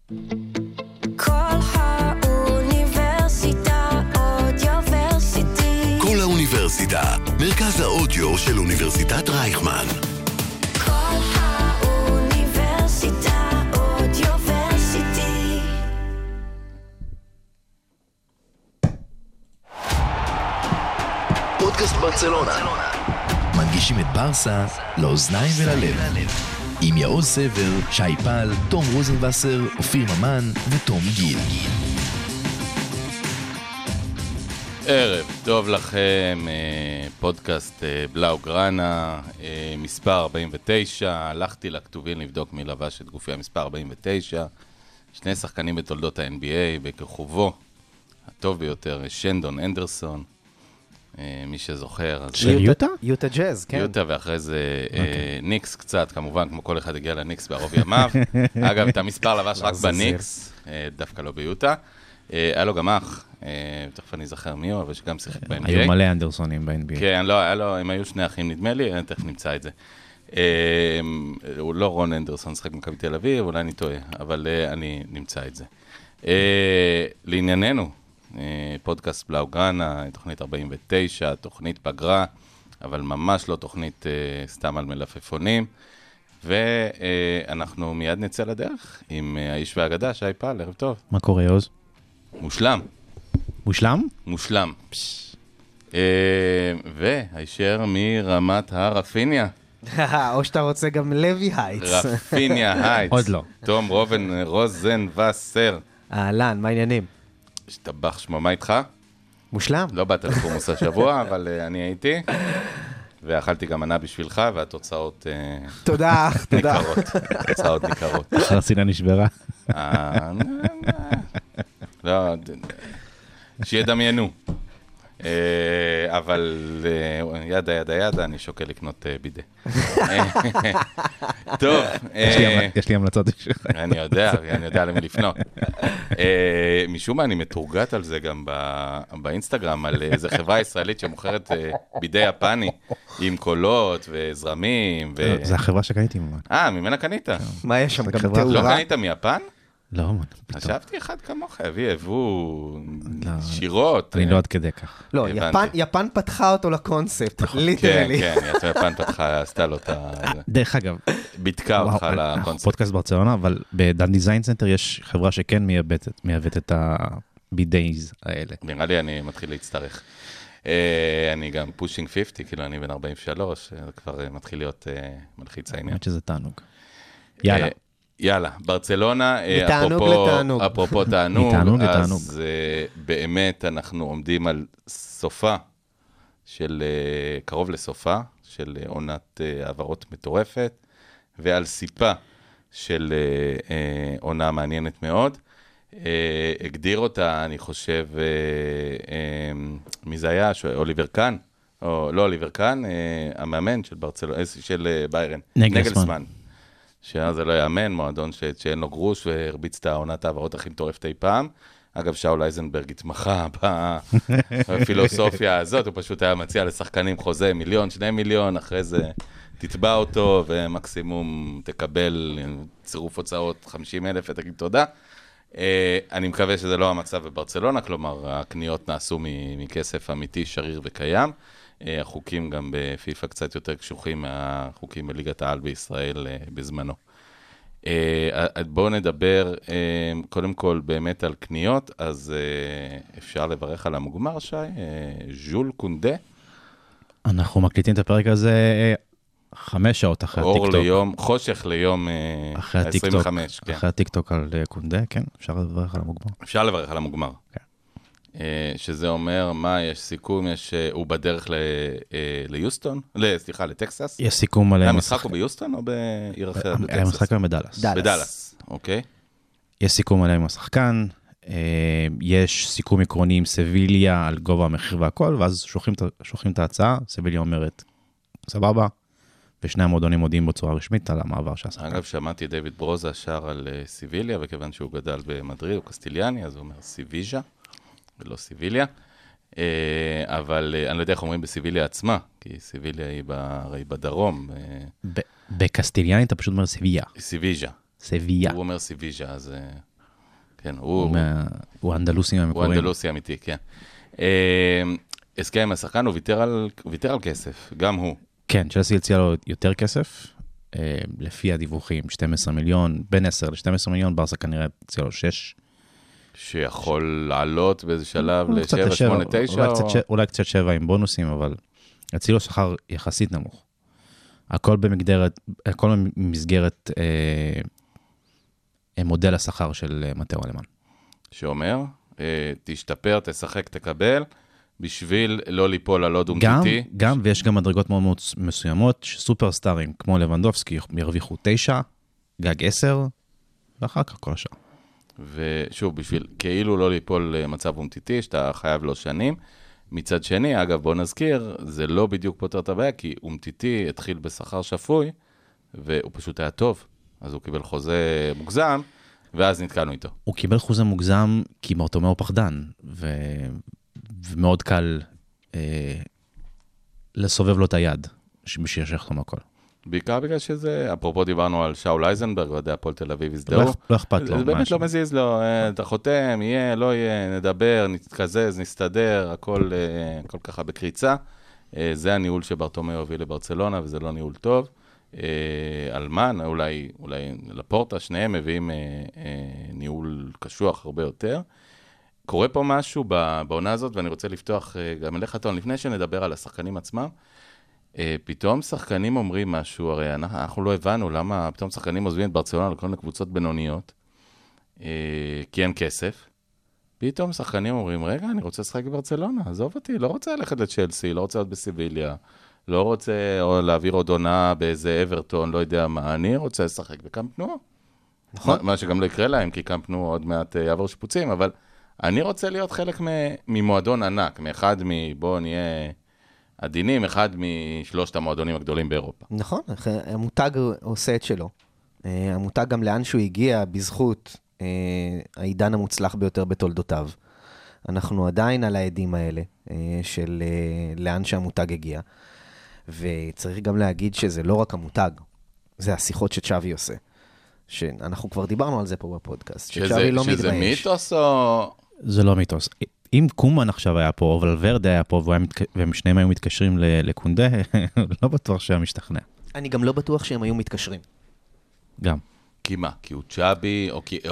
כל האוניברסיטה אודיוורסיטי. כל האוניברסיטה, מרכז האודיו של אוניברסיטת רייכמן. כל האוניברסיטה אודיוורסיטי. פודקאסט ברצלונה. מנגישים את ברסה לאוזניים וללב. עם יעוז סבר, שי פל, תום רוזנבסר, אופיר ממן ותום גיל. ערב טוב לכם, פודקאסט בלאו גרנה, מספר 49, הלכתי לכתובים לבדוק מי לבש את גופי המספר 49, שני שחקנים בתולדות ה-NBA, בכיכובו הטוב ביותר, שנדון אנדרסון, מי שזוכר. של יוטה? יוטה ג'אז, כן. יוטה, ואחרי זה ניקס קצת, כמובן, כמו כל אחד הגיע לניקס בערוב ימיו. אגב, את המספר לבש רק בניקס, דווקא לא ביוטה. היה לו גם אח, תכף אני זכר מי הוא, אבל שגם שיחק ב-NBA. היו מלא אנדרסונים ב-NBA. כן, לא, הם היו שני אחים, נדמה לי, תכף נמצא את זה. הוא לא רון אנדרסון, שחק במכבי תל אביב, אולי אני טועה, אבל אני נמצא את זה. לענייננו, פודקאסט בלאו גרנה, תוכנית 49, תוכנית פגרה, אבל ממש לא תוכנית סתם על מלפפונים, ואנחנו מיד נצא לדרך עם האיש והאגדה, שי פל, ערב טוב. מה קורה, יוז? מושלם. מושלם? מושלם. והישר מרמת הרפיניה. או שאתה רוצה גם לוי הייטס. רפיניה הייטס. עוד לא. תום רוזנבסר. אהלן, מה העניינים? השתבח שמו, מה איתך? מושלם. לא באת לפורמוס השבוע, אבל אני הייתי, ואכלתי גם מנה בשבילך, והתוצאות תודה, תודה. ניכרות. התוצאות ניכרות. החרסינה נשברה. לא, שידמיינו. אבל ידה, אני שוקל לקנות בידה. טוב. יש לי המלצות בשבילך. אני יודע למי לפנות. משום מה אני מתורגת על זה גם באינסטגרם, על איזו חברה ישראלית שמוכרת בידי יפני, עם קולות וזרמים. זה החברה שקניתי ממש. ממנה קנית? מה יש שם? גם לא תאורה? קנית מיפן? לא, חשבתי אחד כמוך, הבאו שירות. אני לא עד כדי כך. לא, יפן פתחה אותו לקונספט, ליטרלי. כן, יפן פתחה, עשתה לו את ה... דרך אגב, בדקה אותך לקונספט. פודקאסט ברצלונה, אבל בדן דיזיין סנטר יש חברה שכן מייבאת את הבידייז האלה. נראה לי אני מתחיל להצטרך. אני גם פושינג 50, כאילו אני בן 43, זה כבר מתחיל להיות מלחיץ העניין. האמת שזה תענוג. יאללה, ברצלונה, אפרופו תענוג, אז באמת אנחנו עומדים על סופה, קרוב לסופה, של עונת העברות מטורפת, ועל סיפה של עונה מעניינת מאוד. הגדיר אותה, אני חושב, מי זה היה? אוליבר קאן, או לא אוליבר קאן, המאמן של ביירן, נגלסמן. שזה לא יאמן, מועדון שאין לו גרוש, והרביץ את העונת העברות הכי מטורפת אי פעם. אגב, שאול אייזנברג התמחה בפילוסופיה הזאת, הוא פשוט היה מציע לשחקנים חוזה 1 מיליון, 2 מיליון, אחרי זה תתבע אותו, ומקסימום תקבל צירוף הוצאות 50,000, ותגיד תודה. אני מקווה שזה לא המצב בברצלונה, כלומר, הקניות נעשו מכסף אמיתי, שריר וקיים. החוקים גם בפיפה קצת יותר קשוחים מהחוקים בליגת העל בישראל בזמנו. בואו נדבר קודם כל באמת על קניות, אז אפשר לברך על המוגמר, שי, ז'ול קונדה. אנחנו מקליטים את הפרק הזה 5 שעות אחרי הטיקטוק. חושך ליום 25. אחרי הטיקטוק על קונדה, כן, אפשר לברך על המוגמר. אפשר לברך על המוגמר. כן. שזה אומר, מה, יש סיכום, הוא בדרך ליוסטון? סליחה, לטקסס? יש סיכום עליהם. המשחק הוא ביוסטון או בעיר אחרת בטקסס? המשחק הוא בדלס. בדלס, אוקיי. יש סיכום עליהם עם השחקן, יש סיכום עקרוני עם סביליה על גובה המחיר והכל, ואז שולחים את ההצעה, סביליה אומרת, סבבה, ושני המועדונים מודיעים בצורה רשמית על המעבר של השחקן. אגב, שמעתי דיוויד ברוזה שר על סביליה, וכיוון שהוא גדל במדריד, הוא קסטיליאני, אז הוא אומר סיביז'ה. ולא סיביליה, אבל אני לא יודע איך אומרים בסיביליה עצמה, כי סיביליה היא הרי בדרום. בקסטיליאני אתה פשוט אומר סיביה. סיביז'ה. סביה. הוא אומר סיביז'ה, אז כן, הוא אנדלוסי הוא המקוריים. אנדלוסי אמיתי, כן. הסכם עם השחקן, הוא ויתר על כסף, גם הוא. כן, צ'לסי הציע לו יותר כסף, לפי הדיווחים, 12 מיליון, בין 10 ל-12 מיליון, ברסה כנראה הציע לו 6. שיכול לעלות באיזה שלב קצת ל-7, 8, לשבע, 9. אולי קצת 7 עם בונוסים, אבל הציע לו שכר יחסית נמוך. הכל במסגרת מודל השכר של מטאו אלמן. שאומר, תשתפר, תשחק, תקבל, בשביל לא ליפול על עוד אומטיטי. גם, ויש גם מדרגות מאוד מאוד מסוימות, שסופרסטארים כמו לבנדובסקי ירוויחו 9, גג 10, ואחר כך כל השאר. ושוב, בשביל כאילו לא ליפול למצב אומטיטי, שאתה חייב לו שנים. מצד שני, אגב, בוא נזכיר, זה לא בדיוק פותר את הבעיה, כי אומטיטי התחיל בשכר שפוי, והוא פשוט היה טוב. אז הוא קיבל חוזה מוגזם, ואז נתקענו איתו. הוא קיבל חוזה מוגזם כי ברטומיאו פחדן, ומאוד קל לסובב לו את היד, בשביל שיחתום הכל. בעיקר בגלל שזה, אפרופו דיברנו על שאול אייזנברג, ועדי הפועל תל אביב הזדהו. לא אכפת לו. זה באמת לא מזיז לו, אתה חותם, יהיה, לא יהיה, נדבר, נתקזז, נסתדר, הכל ככה בקריצה. זה הניהול שברטומיאו הביא לברצלונה, וזה לא ניהול טוב. אלמן, אולי לפורטה, שניהם מביאים ניהול קשוח הרבה יותר. קורה פה משהו בעונה הזאת, ואני רוצה לפתוח גם אליך, טון, לפני שנדבר על השחקנים עצמם, פתאום שחקנים אומרים משהו, הרי אנחנו לא הבנו למה פתאום שחקנים עוזבים את ברצלונה לכל מיני קבוצות בינוניות, כי אין כסף. פתאום שחקנים אומרים, רגע, אני רוצה לשחק בברצלונה, עזוב אותי, לא רוצה ללכת לצ'לסי, לא רוצה להיות בסיביליה, לא רוצה להעביר עוד עונה באיזה אברטון, לא יודע מה, אני רוצה לשחק בקאמפ נו. נכון. מה שגם לא יקרה להם, כי קאמפ נו עוד מעט יעבור שיפוצים, אבל אני רוצה להיות חלק ממועדון ענק, מאחד בוא נהיה עדינים, אחד משלושת המועדונים הגדולים באירופה. נכון, המותג עושה את שלו. המותג גם לאן שהוא הגיע בזכות העידן המוצלח ביותר בתולדותיו. אנחנו עדיין על העדים האלה של לאן שהמותג הגיע. וצריך גם להגיד שזה לא רק המותג, זה השיחות שצ'אבי עושה. שאנחנו כבר דיברנו על זה פה בפודקאסט, שצ'אבי לא מתבייש. שזה מיתוס או... זה לא מיתוס. אם קומן עכשיו היה פה, או ולוורדה היה פה, והם שניהם היו מתקשרים לקונדה, לא בטוח שהם משתכנע. אני גם לא בטוח שהם היו מתקשרים. גם. כי מה? כי הוא צ'אבי,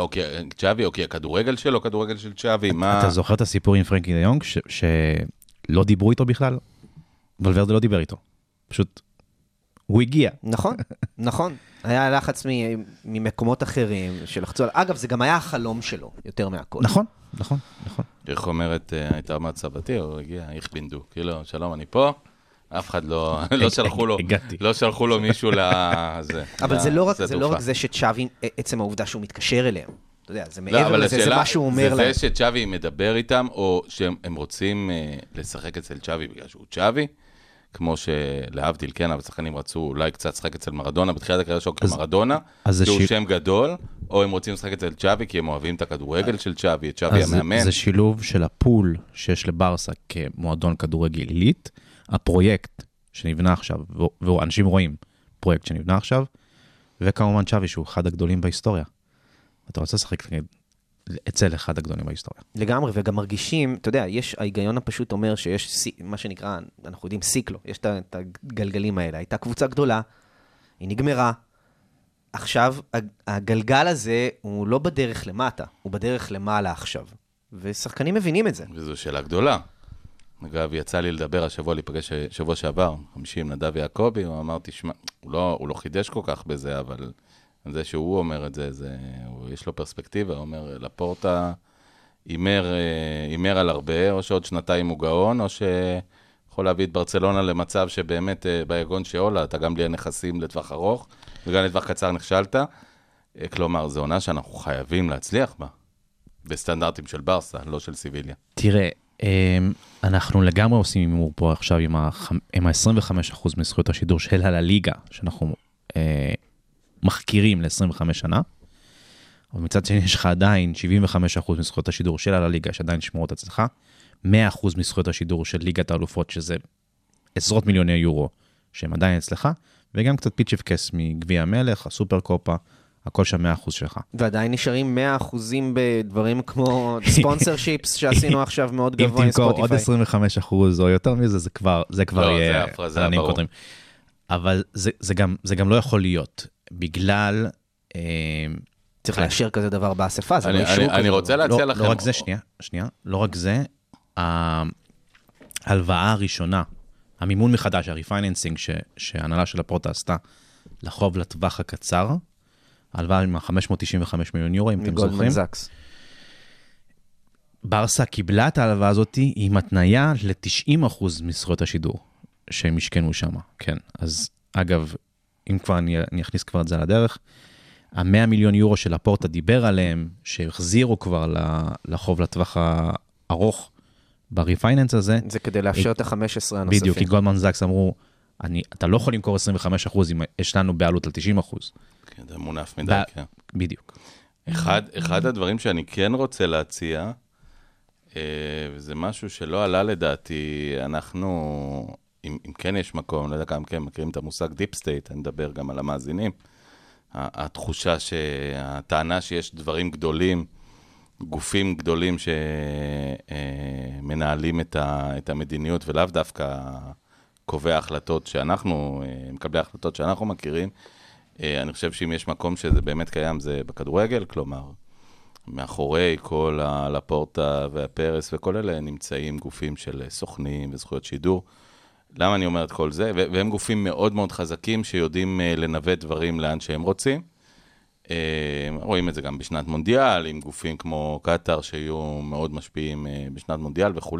או כי הכדורגל שלו, כדורגל של צ'אבי, מה... אתה זוכר את הסיפור עם פרנקי דיונג, שלא דיברו איתו בכלל? ולוורדה לא דיבר איתו. פשוט, הוא הגיע. נכון, נכון. היה לחץ ממקומות אחרים שלחצו על... אגב, זה גם היה החלום שלו, יותר מהכל. נכון, נכון, נכון. איך אומרת, הייתה מעט סבתי, הוא הגיע, איך בינדו, כאילו, שלום, אני פה, אף אחד לא שלחו לו, לא שלחו לו מישהו לזה. אבל זה לא רק זה שצ'אבי, עצם העובדה שהוא מתקשר אליהם. אתה יודע, זה מעבר לזה, זה מה שהוא אומר להם. זה שצ'אבי מדבר איתם, או שהם רוצים לשחק אצל צ'אבי בגלל שהוא צ'אבי, כמו שלהבדיל, כן, אבל שחקנים רצו אולי קצת לשחק אצל מרדונה, בתחילת הקריירה שלו כמרדונה, שהוא שם גדול, או הם רוצים לשחק אצל צ'אבי, כי הם אוהבים את הכדורגל של צ'אבי, את צ'אבי המאמן. זה שילוב של הפול שיש לברסה כמועדון כדורגל עילית, הפרויקט שנבנה עכשיו, ואנשים רואים פרויקט שנבנה עכשיו, וכמובן צ'אבי שהוא אחד הגדולים בהיסטוריה. אתה רוצה לשחק אצל אחד הגדולים בהיסטוריה. לגמרי, וגם מרגישים, אתה יודע, יש, ההיגיון הפשוט אומר שיש מה שנקרא, אנחנו יודעים סיקלו, יש את הגלגלים האלה, הייתה קבוצה גדולה, היא נגמרה, עכשיו הגלגל הזה הוא לא בדרך למטה, הוא בדרך למעלה עכשיו, ושחקנים מבינים את זה. וזו שאלה גדולה. אגב, יצא לי לדבר השבוע, להיפגש שבוע שעבר, 50 נדב יעקבי, הוא אמר, תשמע, הוא לא חידש כל כך בזה, אבל זה שהוא אומר את זה, יש לו פרספקטיבה, הוא אומר, לפורטה אימר על הרבה, או שעוד שנתיים הוא גאון, או שיכול להביא את ברצלונה למצב שבאמת ביגון שעולה, אתה גם בלי הנכסים לטווח ארוך, וגם לטווח קצר נכשלת. כלומר, זו עונה שאנחנו חייבים להצליח בה, בסטנדרטים של ברסה, לא של סיביליה. תראה, אנחנו לגמרי עושים הימור פה עכשיו עם ה-25% מזכויות השידור של הליגה, שאנחנו מחקירים ל-25 שנה, אבל מצד שני יש לך עדיין 75% מזכויות השידור של הליגה, שעדיין שמורות אצלך, 100% מזכויות השידור של ליגת האלופות, שזה עשרות מיליוני יורו, שהם עדיין אצלך, וגם קצת פיצ'יפקס מגביע המלך, הסופר קופה, הכל שם 100% שלך. ועדיין נשארים 100% בדברים כמו ספונסר שיפס שעשינו עכשיו מאוד אם גבוה עם תמכור עוד ספוטיפיי. 25% או יותר מזה, זה כבר לא, יהיה... זה הפרזה, עננים ברור. קודרים. אבל זה גם לא יכול להיות, בגלל... צריך לאשר כזה דבר באספה, זה לא אישור כזה אני רוצה דבר. להציע לכם... לא רק זה, שנייה, לא רק זה, ההלוואה הראשונה, המימון מחדש, הריפייננסינג שההנהלה של הפורטה עשתה לחוב לטווח הקצר, ההלוואה עם ה-595 מיליון יורו, אם אתם מגולדמן זוכרים. זאקס. ברסה קיבלה את ההלוואה הזאת עם התניה ל-90% מזכויות השידור שהם השכנו שם, כן. אז אגב, אם כבר אני אכניס כבר את זה לדרך, ה-100 מיליון יורו של הפורטה דיבר עליהם, שהחזירו כבר לחוב לטווח הארוך בריפייננס הזה. זה כדי לאפשר את ה-15 הנוספים. בדיוק, כי גולדמן זאקס אמרו, אתה לא יכול למכור 25% אם יש לנו בעלות על 90%. כן, זה מונף מדי, כן. בדיוק. אחד הדברים שאני כן רוצה להציע, וזה משהו שלא עלה לדעתי, אנחנו, אם כן יש מקום, לא יודע כמה כן מכירים את המושג דיפ סטייט, אני מדבר גם על המאזינים, התחושה הטענה שיש דברים גדולים, גופים גדולים שמנהלים את המדיניות, ולאו דווקא קובע החלטות שאנחנו, מקבלי החלטות שאנחנו מכירים, אני חושב שאם יש מקום שזה באמת קיים, זה בכדורגל, כלומר, מאחורי כל הלפורטה והפרס וכל אלה נמצאים גופים של סוכנים וזכויות שידור. למה אני אומר את כל זה? והם גופים מאוד מאוד חזקים שיודעים לנווט דברים לאן שהם רוצים. רואים את זה גם בשנת מונדיאל, עם גופים כמו קטר שיהיו מאוד משפיעים בשנת מונדיאל וכו'.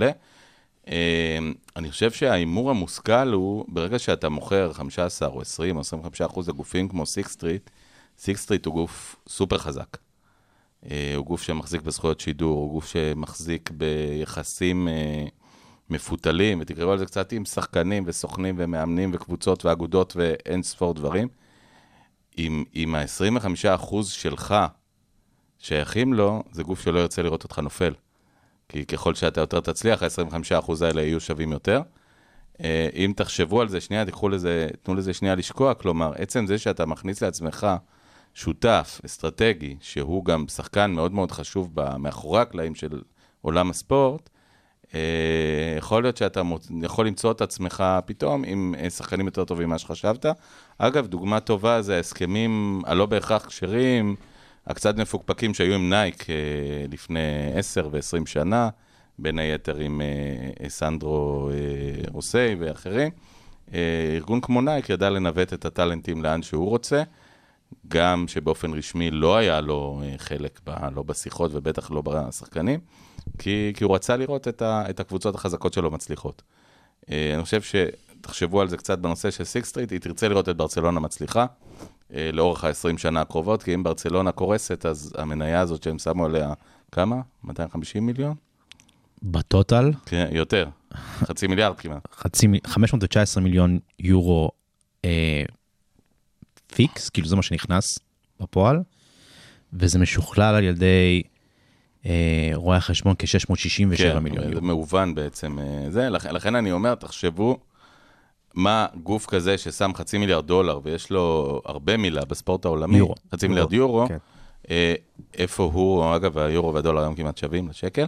אני חושב שהאימור המושכל הוא, ברגע שאתה מוכר 15 או 20 או 25% לגופים כמו סיקסטריט, סיקסטריט הוא גוף סופר חזק. הוא גוף שמחזיק בזכויות שידור, הוא גוף שמחזיק ביחסים מפותלים, ותקראו על זה קצת עם שחקנים וסוכנים ומאמנים וקבוצות ואגודות ואין ספור דברים. עם ה-25% שלך שייכים לו, זה גוף שלא ירצה לראות אותך נופל. כי ככל שאתה יותר תצליח, ה-25% האלה יהיו שווים יותר. אם תחשבו על זה שנייה, תנו לזה שנייה לשקוע, כלומר, עצם זה שאתה מכניס לעצמך שותף אסטרטגי, שהוא גם שחקן מאוד מאוד חשוב מאחורי הקלעים של עולם הספורט, יכול להיות שאתה יכול למצוא את עצמך פתאום עם שחקנים יותר טובים ממה שחשבת. אגב, דוגמה טובה זה ההסכמים הלא בהכרח כשרים, הקצת מפוקפקים שהיו עם נייק לפני 10 ו-20 שנה, בין היתר עם סנדרו רוסי ואחרים. ארגון כמו נייק ידע לנווט את הטלנטים לאן שהוא רוצה, גם שבאופן רשמי לא היה לו חלק לא בשיחות ובטח לא בשחקנים, כי הוא רצה לראות את הקבוצות החזקות שלו מצליחות. אני חושב שתחשבו על זה קצת בנושא של סיקסטריט, היא תרצה לראות את ברצלונה מצליחה, לאורך ה-20 שנה הקרובות, כי אם ברצלונה קורסת, אז המניה הזאת שהם שמו עליה, כמה? 250 מיליון? בטוטל? כן, יותר. 500 מיליארד כמעט. 519 מיליון יורו פיקס, כאילו זה מה שנכנס בפועל, וזה משוכלל על ידי רואי החשבון כ-667 מיליון יורו. זה מאובן בעצם. לכן אני אומר, תחשבו, מה גוף כזה ששם $500 מיליארד, ויש לו הרבה מילה בספורט העולמי, יורו. 500 מיליארד יורו, כן. איפה הוא, אגב, היורו והדולר היום כמעט שווים לשקל,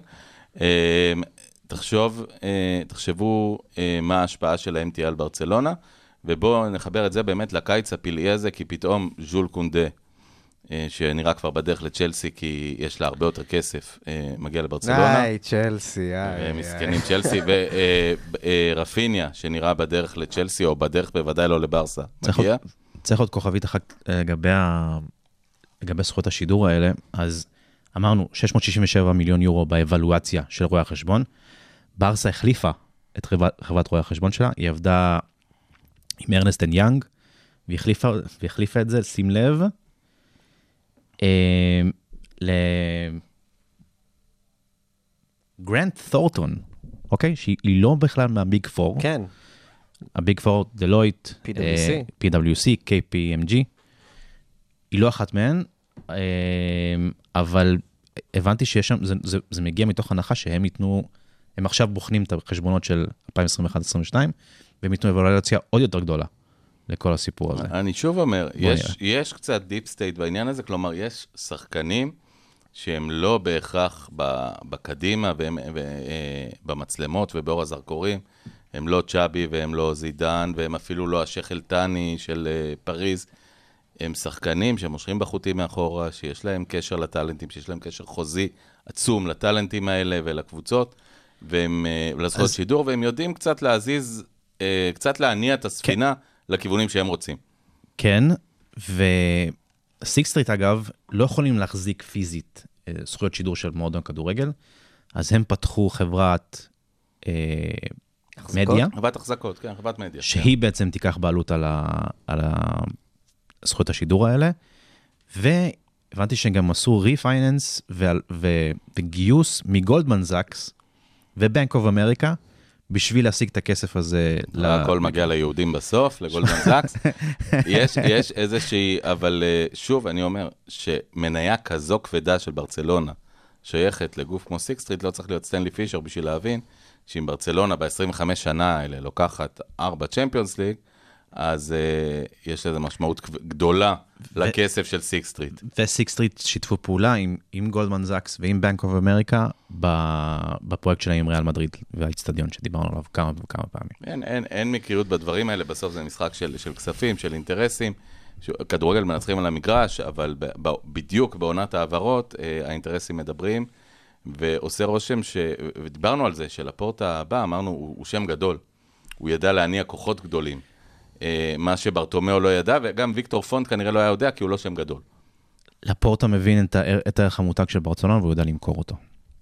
תחשבו מה ההשפעה שלהם תהיה על ברצלונה, ובואו נחבר את זה באמת לקיץ הפלאי הזה, כי פתאום ז'ול קונדה, שנראה כבר בדרך לצ'לסי, כי יש לה הרבה יותר כסף, מגיע לברצלונה. צ'לסי, מסכנים צ'לסי, ורפיניה, שנראה בדרך לצ'לסי, או בדרך בוודאי לא לברסה, מגיע. צריך עוד כוכבית אחת לגבי זכויות השידור האלה, אז אמרנו 667 מיליון יורו באבלואציה של רואי החשבון, ברסה החליפה את חברת רואי החשבון שלה, היא עבדה עם ארנסט אנד יאנג, והחליפה את זה, שים לב, לגרנט תורטון, אוקיי? שהיא לא בכלל מהביג פור. כן. הביג פור, דלויט, PwC. PwC, KPMG, היא לא אחת מהן, אבל הבנתי שיש שם, זה מגיע מתוך הנחה שהם ייתנו, הם עכשיו בוחנים את החשבונות של 2021-2022, והם ייתנו אבלואציה עוד יותר גדולה לכל הסיפור הזה. אני שוב אומר, יש קצת דיפ סטייט בעניין הזה, כלומר, יש שחקנים שהם לא בהכרח בקדימה, במצלמות ובאור הזרקורים, הם לא צ'אבי והם לא זידן, והם אפילו לא השייח אל-תאני של פריז, הם שחקנים שמושכים בחוטים מאחורה, שיש להם קשר לטלנטים, שיש להם קשר חוזי עצום לטלנטים האלה ולקבוצות, והם לעשות שידור, והם יודעים קצת להזיז, קצת להניע את הספינה לכיוונים שהם רוצים. כן, וסיקסטריט אגב, לא יכולים להחזיק פיזית זכויות שידור של מועדון כדורגל, אז הם פתחו חברת מדיה. חברת החזקות, כן, חברת מדיה. שהיא בעצם תיקח בעלות על זכויות השידור האלה, והבנתי שהם גם עשו ריפייננס וגיוס מגולדמן זאקס ובנק אוף אמריקה, בשביל להשיג את הכסף הזה. הכל מגיע ליהודים בסוף, לגולדמן זאקס. יש איזושהי, אבל שוב, אני אומר, שמניה כזו כבדה של ברצלונה, שייכת לגוף כמו סיקסטריט, לא צריך להיות סטנלי פישר בשביל להבין, שאם ברצלונה ב-25 שנה האלה לוקחת 4 צ'מפיונס ליג, אז יש לזה משמעות גדולה לכסף של סיקסטריט. וסיקסטריט שיתפו פעולה עם גולדמן זאקס ועם בנק אוף אמריקה בפרויקט שלהם עם ריאל מדריד והאצטדיון שדיברנו עליו כמה וכמה פעמים. אין מקריות בדברים האלה, בסוף זה משחק של כספים, של אינטרסים, כדורגל מנצחים על המגרש, אבל בדיוק בעונת העברות האינטרסים מדברים, ועושה רושם ודיברנו על זה, שלפורטה הבא, אמרנו, הוא שם גדול, הוא ידע להניע כוחות גדולים. מה שברטומיאו לא ידע, וגם ויקטור פונט כנראה לא היה יודע, כי הוא לא שם גדול. לפורטה מבין את הערך המותג של ברצלונה, והוא יודע למכור אותו.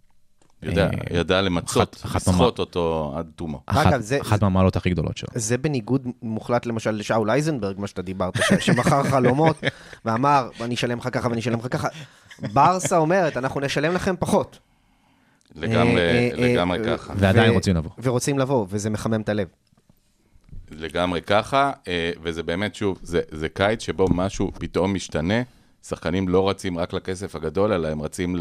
ידע למצות, לסחוט אותו עד תומו. אחת מהמעלות הכי גדולות שלו. זה בניגוד מוחלט למשל לשאול אייזנברג, מה שאתה דיברת, שמחר חלומות, ואמר, אני אשלם לך ככה ואני אשלם לך ככה. ברסה אומרת, אנחנו נשלם לכם פחות. לגמרי ככה. ועדיין רוצים לבוא. ורוצים לבוא, וזה מחמם את הלב. לגמרי ככה, וזה באמת, שוב, זה קיץ שבו משהו פתאום משתנה, שחקנים לא רצים רק לכסף הגדול, אלא הם רצים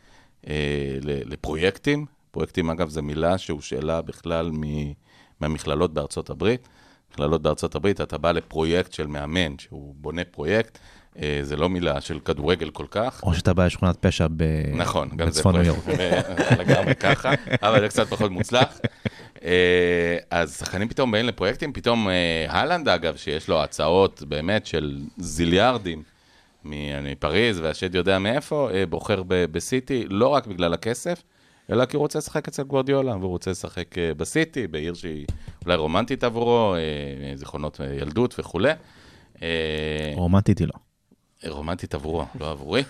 לפרויקטים. פרויקטים, אגב, זו מילה שהושאלה בכלל מהמכללות בארצות הברית. מכללות בארצות הברית, אתה בא לפרויקט של מאמן, שהוא בונה פרויקט, זה לא מילה של כדורגל כל כך. או שאתה בא לשכונת פשע בצפון ניו יורק. לגמרי ככה, אבל זה קצת פחות מוצלח. אז שחקנים פתאום באים לפרויקטים, פתאום הלנד אגב, שיש לו הצעות באמת של זיליארדים מפריז, והשד יודע מאיפה, בוחר בסיטי, לא רק בגלל הכסף, אלא כי הוא רוצה לשחק אצל גוארדיולה, והוא רוצה לשחק בסיטי, בעיר שהיא אולי רומנטית עבורו, זיכרונות ילדות וכו'. רומנטית היא לא. רומנטית עבורו, לא עבורי.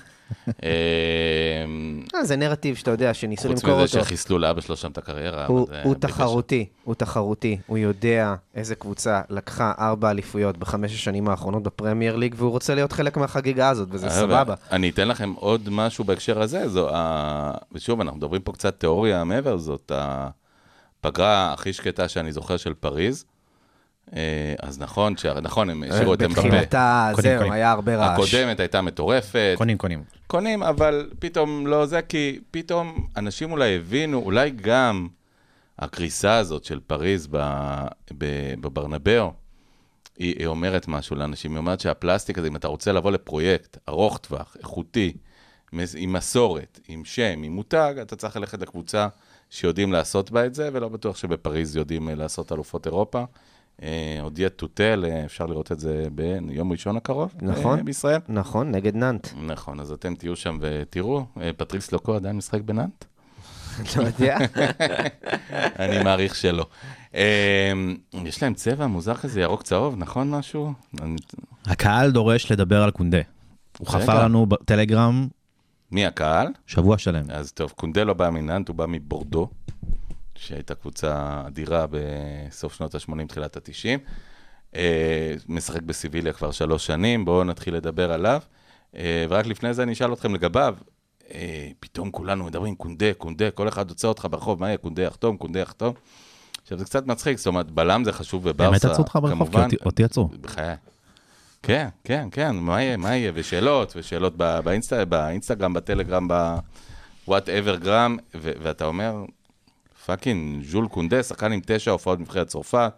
זה נרטיב שאתה יודע, שניסו למכור אותו. חוץ מזה שחיסלו לאבא שלו שם את הקריירה. הוא תחרותי, הוא יודע איזה קבוצה לקחה 4 אליפויות ב5 השנים האחרונות בפרמייר ליג, והוא רוצה להיות חלק מהחגיגה הזאת, וזה סבבה. אני אתן לכם עוד משהו בהקשר הזה, ושוב, אנחנו מדברים פה קצת תיאוריה מעבר, זאת הפגרה הכי שקטה שאני זוכר של פריז, אז נכון, הם השאירו את אמבפה. בתחילתה, זהו, היה הרבה רעש. הקודמת הייתה מטורפת. קונים, אבל פתאום לא זה, כי פתאום אנשים אולי הבינו, אולי גם הקריסה הזאת של פריז בברנבאו, היא אומרת משהו לאנשים, היא אומרת שהפלסטיק הזה, אם אתה רוצה לבוא לפרויקט ארוך טווח, איכותי, עם מסורת, עם שם, עם מותג, אתה צריך ללכת לקבוצה שיודעים לעשות בה את זה, ולא בטוח שבפריז יודעים לעשות אלופות אירופה. עוד יהיה טוטל, אפשר לראות את זה ביום ראשון הקרוב, נכון, בישראל. נכון, נגד ננט. נכון, אז אתם תהיו שם ותראו, פטריס לוקו עדיין משחק בננט? לא יודע. אני מעריך שלא. יש להם צבע מוזר כזה, ירוק צהוב, נכון משהו? הקהל דורש לדבר על קונדה. הוא חפר לנו בטלגרם. מי הקהל? שבוע שלם. אז טוב, קונדה לא בא מננט, הוא בא מבורדו. שהייתה קבוצה אדירה בסוף שנות ה-80, תחילת ה-90. משחק בסיביליה כבר 3 שנים, בואו נתחיל לדבר עליו. ורק לפני זה אני אשאל אתכם לגביו, פתאום כולנו מדברים, קונדה, כל אחד יוצא אותך ברחוב, מה יהיה, קונדה יחתום, קונדה יחתום. עכשיו זה קצת מצחיק, זאת אומרת, בלם זה חשוב בברסה. באמת עצרו אותך ברחוב, כי אותי עצרו. בחיי. כן, מה יהיה, ושאלות באינסטגרם, בטלגרם, ב-whatever גרם, ואתה אומר, פאקינג ז'ול קונדה, שחקן עם 9 הופעות מבחינת צרפת,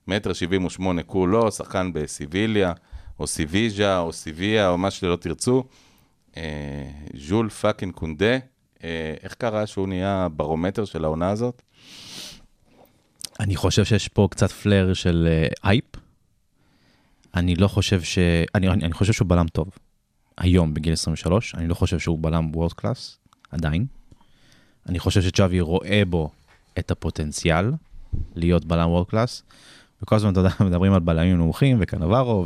מטר 78 כולו, שחקן בסיביליה, או סיביז'ה, או סיביה, או מה שלא תרצו. ז'ול פאקינג קונדה, איך קרה שהוא נהיה ברומטר של העונה הזאת? אני חושב שיש פה קצת פלר של אייפ. אני לא חושב אני חושב שהוא בלם טוב. היום, בגיל 23, אני לא חושב שהוא בלם וורד קלאס, עדיין. אני חושב שצ'אבי רואה בו את הפוטנציאל להיות בלם וורד קלאס, וכל הזמן מדברים על בלמים נמוכים, וקנברו,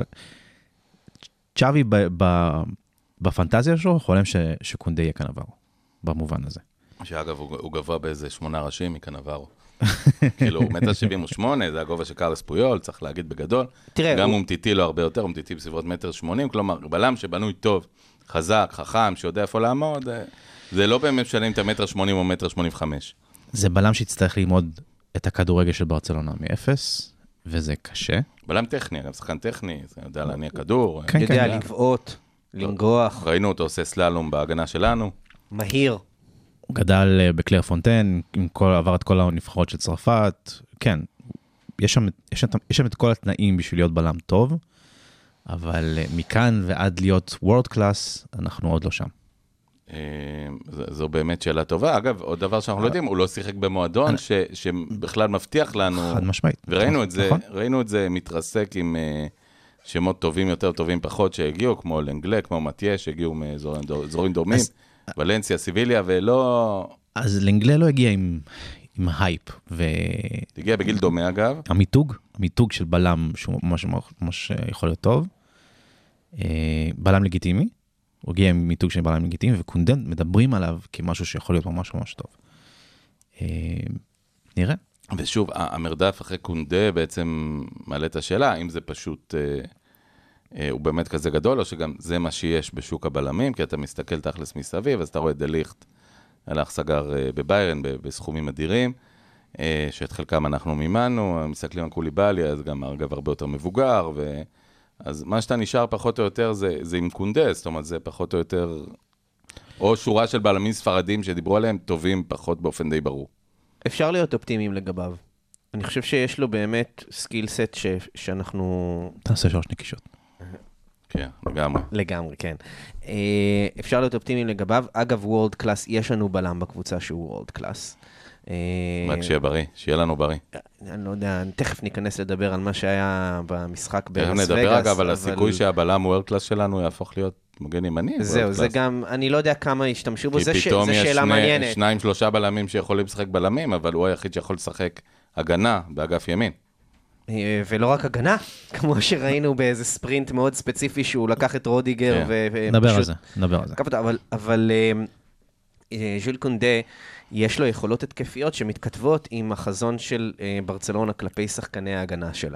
צ'אבי בפנטזיה שלו חולם שקונדה יהיה קנברו, במובן הזה. שאגב, הוא גבוה באיזה 8 ראשים מקנברו. כאילו, 1.78 מטר, זה הגובה של קרלס פויול, צריך להגיד בגדול. גם אומטיטי לא הרבה יותר, אומטיטי בסביבות 1.80 מטר, כלומר, בלם שבנוי טוב, חזק, חכם, שיודע איפה לעמוד, זה לא באמת משנים את 1.80 מטר או 1.85 מטר. זה בלם שיצטרך ללמוד את הכדורגל של ברצלונה מאפס, וזה קשה. בלם טכני, אגב, שחקן טכני, זה יודע להניע כדור. יודע לגבעות, לנגוח. ראינו אותו עושה סללום בהגנה שלנו. מהיר. הוא גדל בקלר פונטן, עבר את כל הנבחרות של צרפת. כן, יש שם את כל התנאים בשביל להיות בלם טוב, אבל מכאן ועד להיות וורד קלאס, אנחנו עוד לא שם. זו באמת שאלה טובה. אגב, עוד דבר שאנחנו לא יודעים, הוא לא שיחק במועדון שבכלל מבטיח לנו. חד משמעית. וראינו את זה מתרסק עם שמות טובים יותר, טובים פחות שהגיעו, כמו לנגלה, כמו מתיה, שהגיעו מאזורים דומים, ולנסיה, סיביליה, ולא... אז לנגלה לא הגיע עם הייפ. הגיע בגיל דומה, אגב. המיתוג של בלם, שהוא ממש יכול להיות טוב. בלם לגיטימי. הוא הגיע עם מיתוג של בלם לגיטימי, וקונדנט מדברים עליו כמשהו שיכול להיות ממש ממש טוב. נראה. ושוב, המרדף אחרי קונדה בעצם מעלה את השאלה, האם זה פשוט, הוא באמת כזה גדול, או שגם זה מה שיש בשוק הבלמים, כי אתה מסתכל תכלס מסביב, אז אתה רואה דליכט, הלך סגר בביירן, בסכומים אדירים, שאת חלקם אנחנו מימנו, מסתכלים על קוליבאלי, אז גם אגב הרבה יותר מבוגר, אז מה שאתה נשאר פחות או יותר זה עם קונדה, זאת אומרת, זה פחות או יותר, או שורה של בלמים ספרדים שדיברו עליהם, טובים פחות באופן די ברור. אפשר להיות אופטימיים לגביו. אני חושב שיש לו באמת סקיל סט שאנחנו... תעשה 3 נקישות. כן, לגמרי. לגמרי, כן. אפשר להיות אופטימיים לגביו. אגב, וורד קלאס, יש לנו בלם בקבוצה שהוא וורד קלאס. רק שיהיה בריא, שיהיה לנו בריא. אני לא יודע, תכף ניכנס לדבר על מה שהיה במשחק ברס וגאס. נדבר אגב על הסיכוי שהבלם וורד קלאס שלנו יהפוך להיות מגן ימני. זהו, זה גם, אני לא יודע כמה השתמשו בו, זה שאלה מעניינת. כי פתאום יש 2-3 בלמים שיכולים לשחק בלמים, אבל הוא היחיד שיכול לשחק הגנה באגף ימין. ולא רק הגנה, כמו שראינו באיזה ספרינט מאוד ספציפי, שהוא לקח את רודיגר נדבר על זה. אבל ז'ול קונדה, יש לו יכולות התקפיות שמתכתבות עם החזון של ברצלונה כלפי שחקני ההגנה שלה.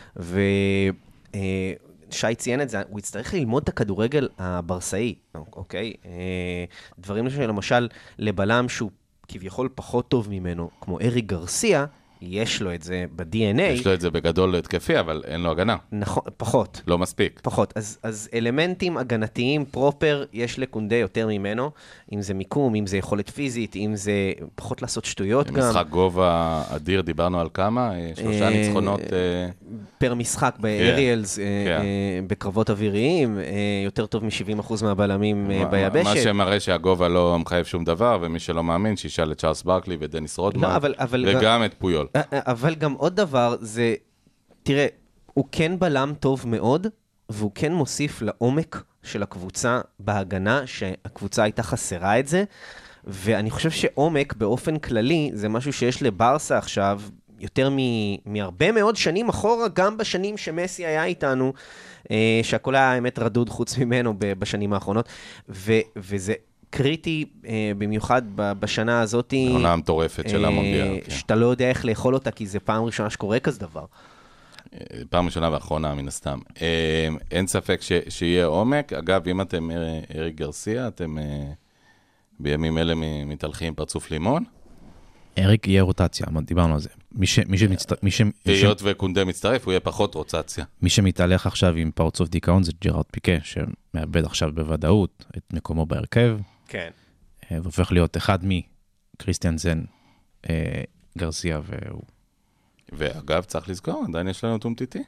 ושי ציין את זה, הוא יצטרך ללמוד את הכדורגל הברסאי, אוקיי? דברים שלמשל לבלם שהוא כביכול פחות טוב ממנו, כמו ארי גרסיה, יש לו את זה ב-DNA. יש לו את זה בגדול התקפי, אבל אין לו הגנה. נכון, פחות. לא מספיק. פחות. אז אלמנטים הגנתיים פרופר יש לקונדה יותר ממנו, אם זה מיקום, אם זה יכולת פיזית, אם זה פחות לעשות שטויות גם. משחק גובה אדיר, דיברנו על כמה? 3 ניצחונות. פר משחק באריאלס, בקרבות אוויריים, יותר טוב מ-70% מהבלמים ביבשת. מה שמראה שהגובה לא מחייב שום דבר, ומי שלא מאמין, שישאל את צ'ארלס ברקלי ודניס רודמן, וגם את פויול. אבל גם עוד דבר, זה, תראה, הוא כן בלם טוב מאוד, והוא כן מוסיף לעומק של הקבוצה בהגנה, שהקבוצה הייתה חסרה את זה, ואני חושב שעומק באופן כללי, זה משהו שיש לברסה עכשיו, יותר מהרבה מאוד שנים אחורה, גם בשנים שמסי היה איתנו, שהכל היה האמת רדוד חוץ ממנו בשנים האחרונות, וזה קריטי, במיוחד בשנה הזאת. העונה המטורפת של המונדיאל. שאתה לא יודע איך לאכול אותה, כי זה פעם ראשונה שקורה כזה דבר. פעם ראשונה ואחרונה, מן הסתם. אין ספק שיהיה עומק. אגב, אם אתם ארי גרסיה, אתם בימים אלה מתהלכים פרצוף לימון. אריק יהיה רוטציה, דיברנו על זה. היות וקונדה מצטרף, הוא יהיה פחות רוטציה. מי שמתהלך עכשיו עם פרצוף דיכאון זה ג'רארד פיקה, שמאבד עכשיו בוודאות את מקומו בהרכב. כן. והופך להיות אחד מקריסטיאן זן, גרסיה והוא. ואגב, צריך לזכור, עדיין יש לנו טומטיטי.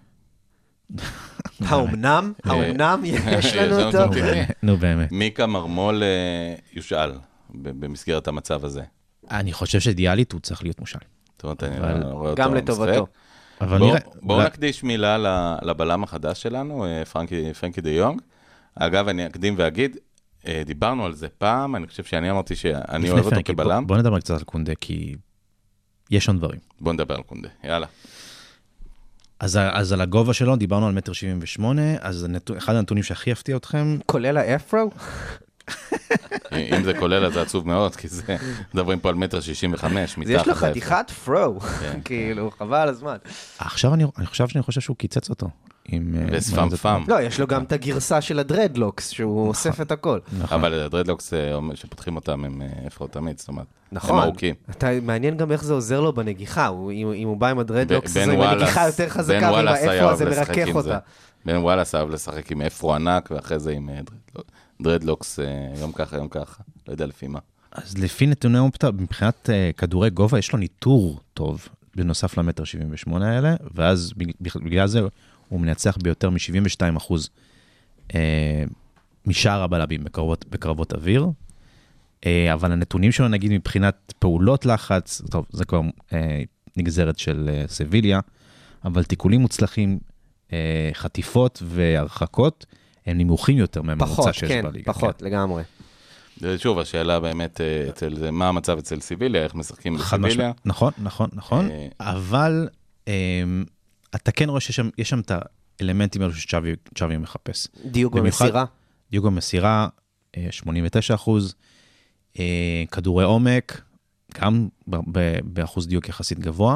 האומנם יש לנו אותו. טומטיטי. נו באמת. מיקה מרמול יושאל במסגרת המצב הזה. אני חושב שאידיאלית הוא צריך להיות מושל. זאת אומרת, אני לא רואה אותו גם משחק. לטובתו. אבל נראה... בואו נקדיש מילה לבלם החדש שלנו, פרנקי דה יונג. אגב, אני אקדים ואגיד, דיברנו על זה פעם, אני חושב שאני אמרתי שאני אוהב אותו כבלם. בוא נדבר קצת על קונדה, כי יש שם דברים. בואו נדבר על קונדה, יאללה. אז על הגובה שלו, דיברנו על 1.78 מטר, אז אחד הנתונים שהכי הפתיע אתכם... כולל האפרו? אם זה כולל, אז זה עצוב מאוד, כי זה, מדברים פה על 1.65 מטר, מתחת. יש לו חתיכת פרו, כאילו, חבל על הזמן. עכשיו אני חושב שהוא קיצץ אותו. וספמפם. לא, יש לו גם את הגרסה של הדרדלוקס, שהוא אוסף את הכל. אבל הדרדלוקס, שפותחים אותם, הם אפרו תמיד, זאת אומרת, הם נכון. ארוכים. מעניין גם איך זה עוזר לו בנגיחה, אם הוא בא עם הדרדלוקס, זו עם הנגיחה יותר חזקה, ועם האפרו הזה מרכך אותה. בן וואלס אהב לשחק עם אפרו ענק, ואחרי זה עם דרדלוקס, יום ככה, לא יודע לפי מה. אז לפי נתוני אופטה, מבחינת כדורי גובה, יש לו ניטור טוב, בנוסף ל1.78 מטר האלה, ואז בגלל זה הוא מנצח ביותר מ-72% משאר הבלמים בקרבות אוויר, אבל הנתונים שלו, נגיד, מבחינת פעולות לחץ, טוב, זה כבר נגזרת של סביליה, אבל תיקולים מוצלחים, חטיפות והרחקות, הם נמוכים יותר מהממוצע שיש בליגה. פחות, לגמרי. שוב, השאלה באמת, מה המצב אצל סיביליה, איך משחקים בסיביליה. נכון, אבל אתה כן רואה שיש שם את האלמנטים האלו שצ'אבי מחפש. דיוק במסירה. דיוק במסירה, 89%, כדורי עומק, גם באחוז דיוק יחסית גבוה,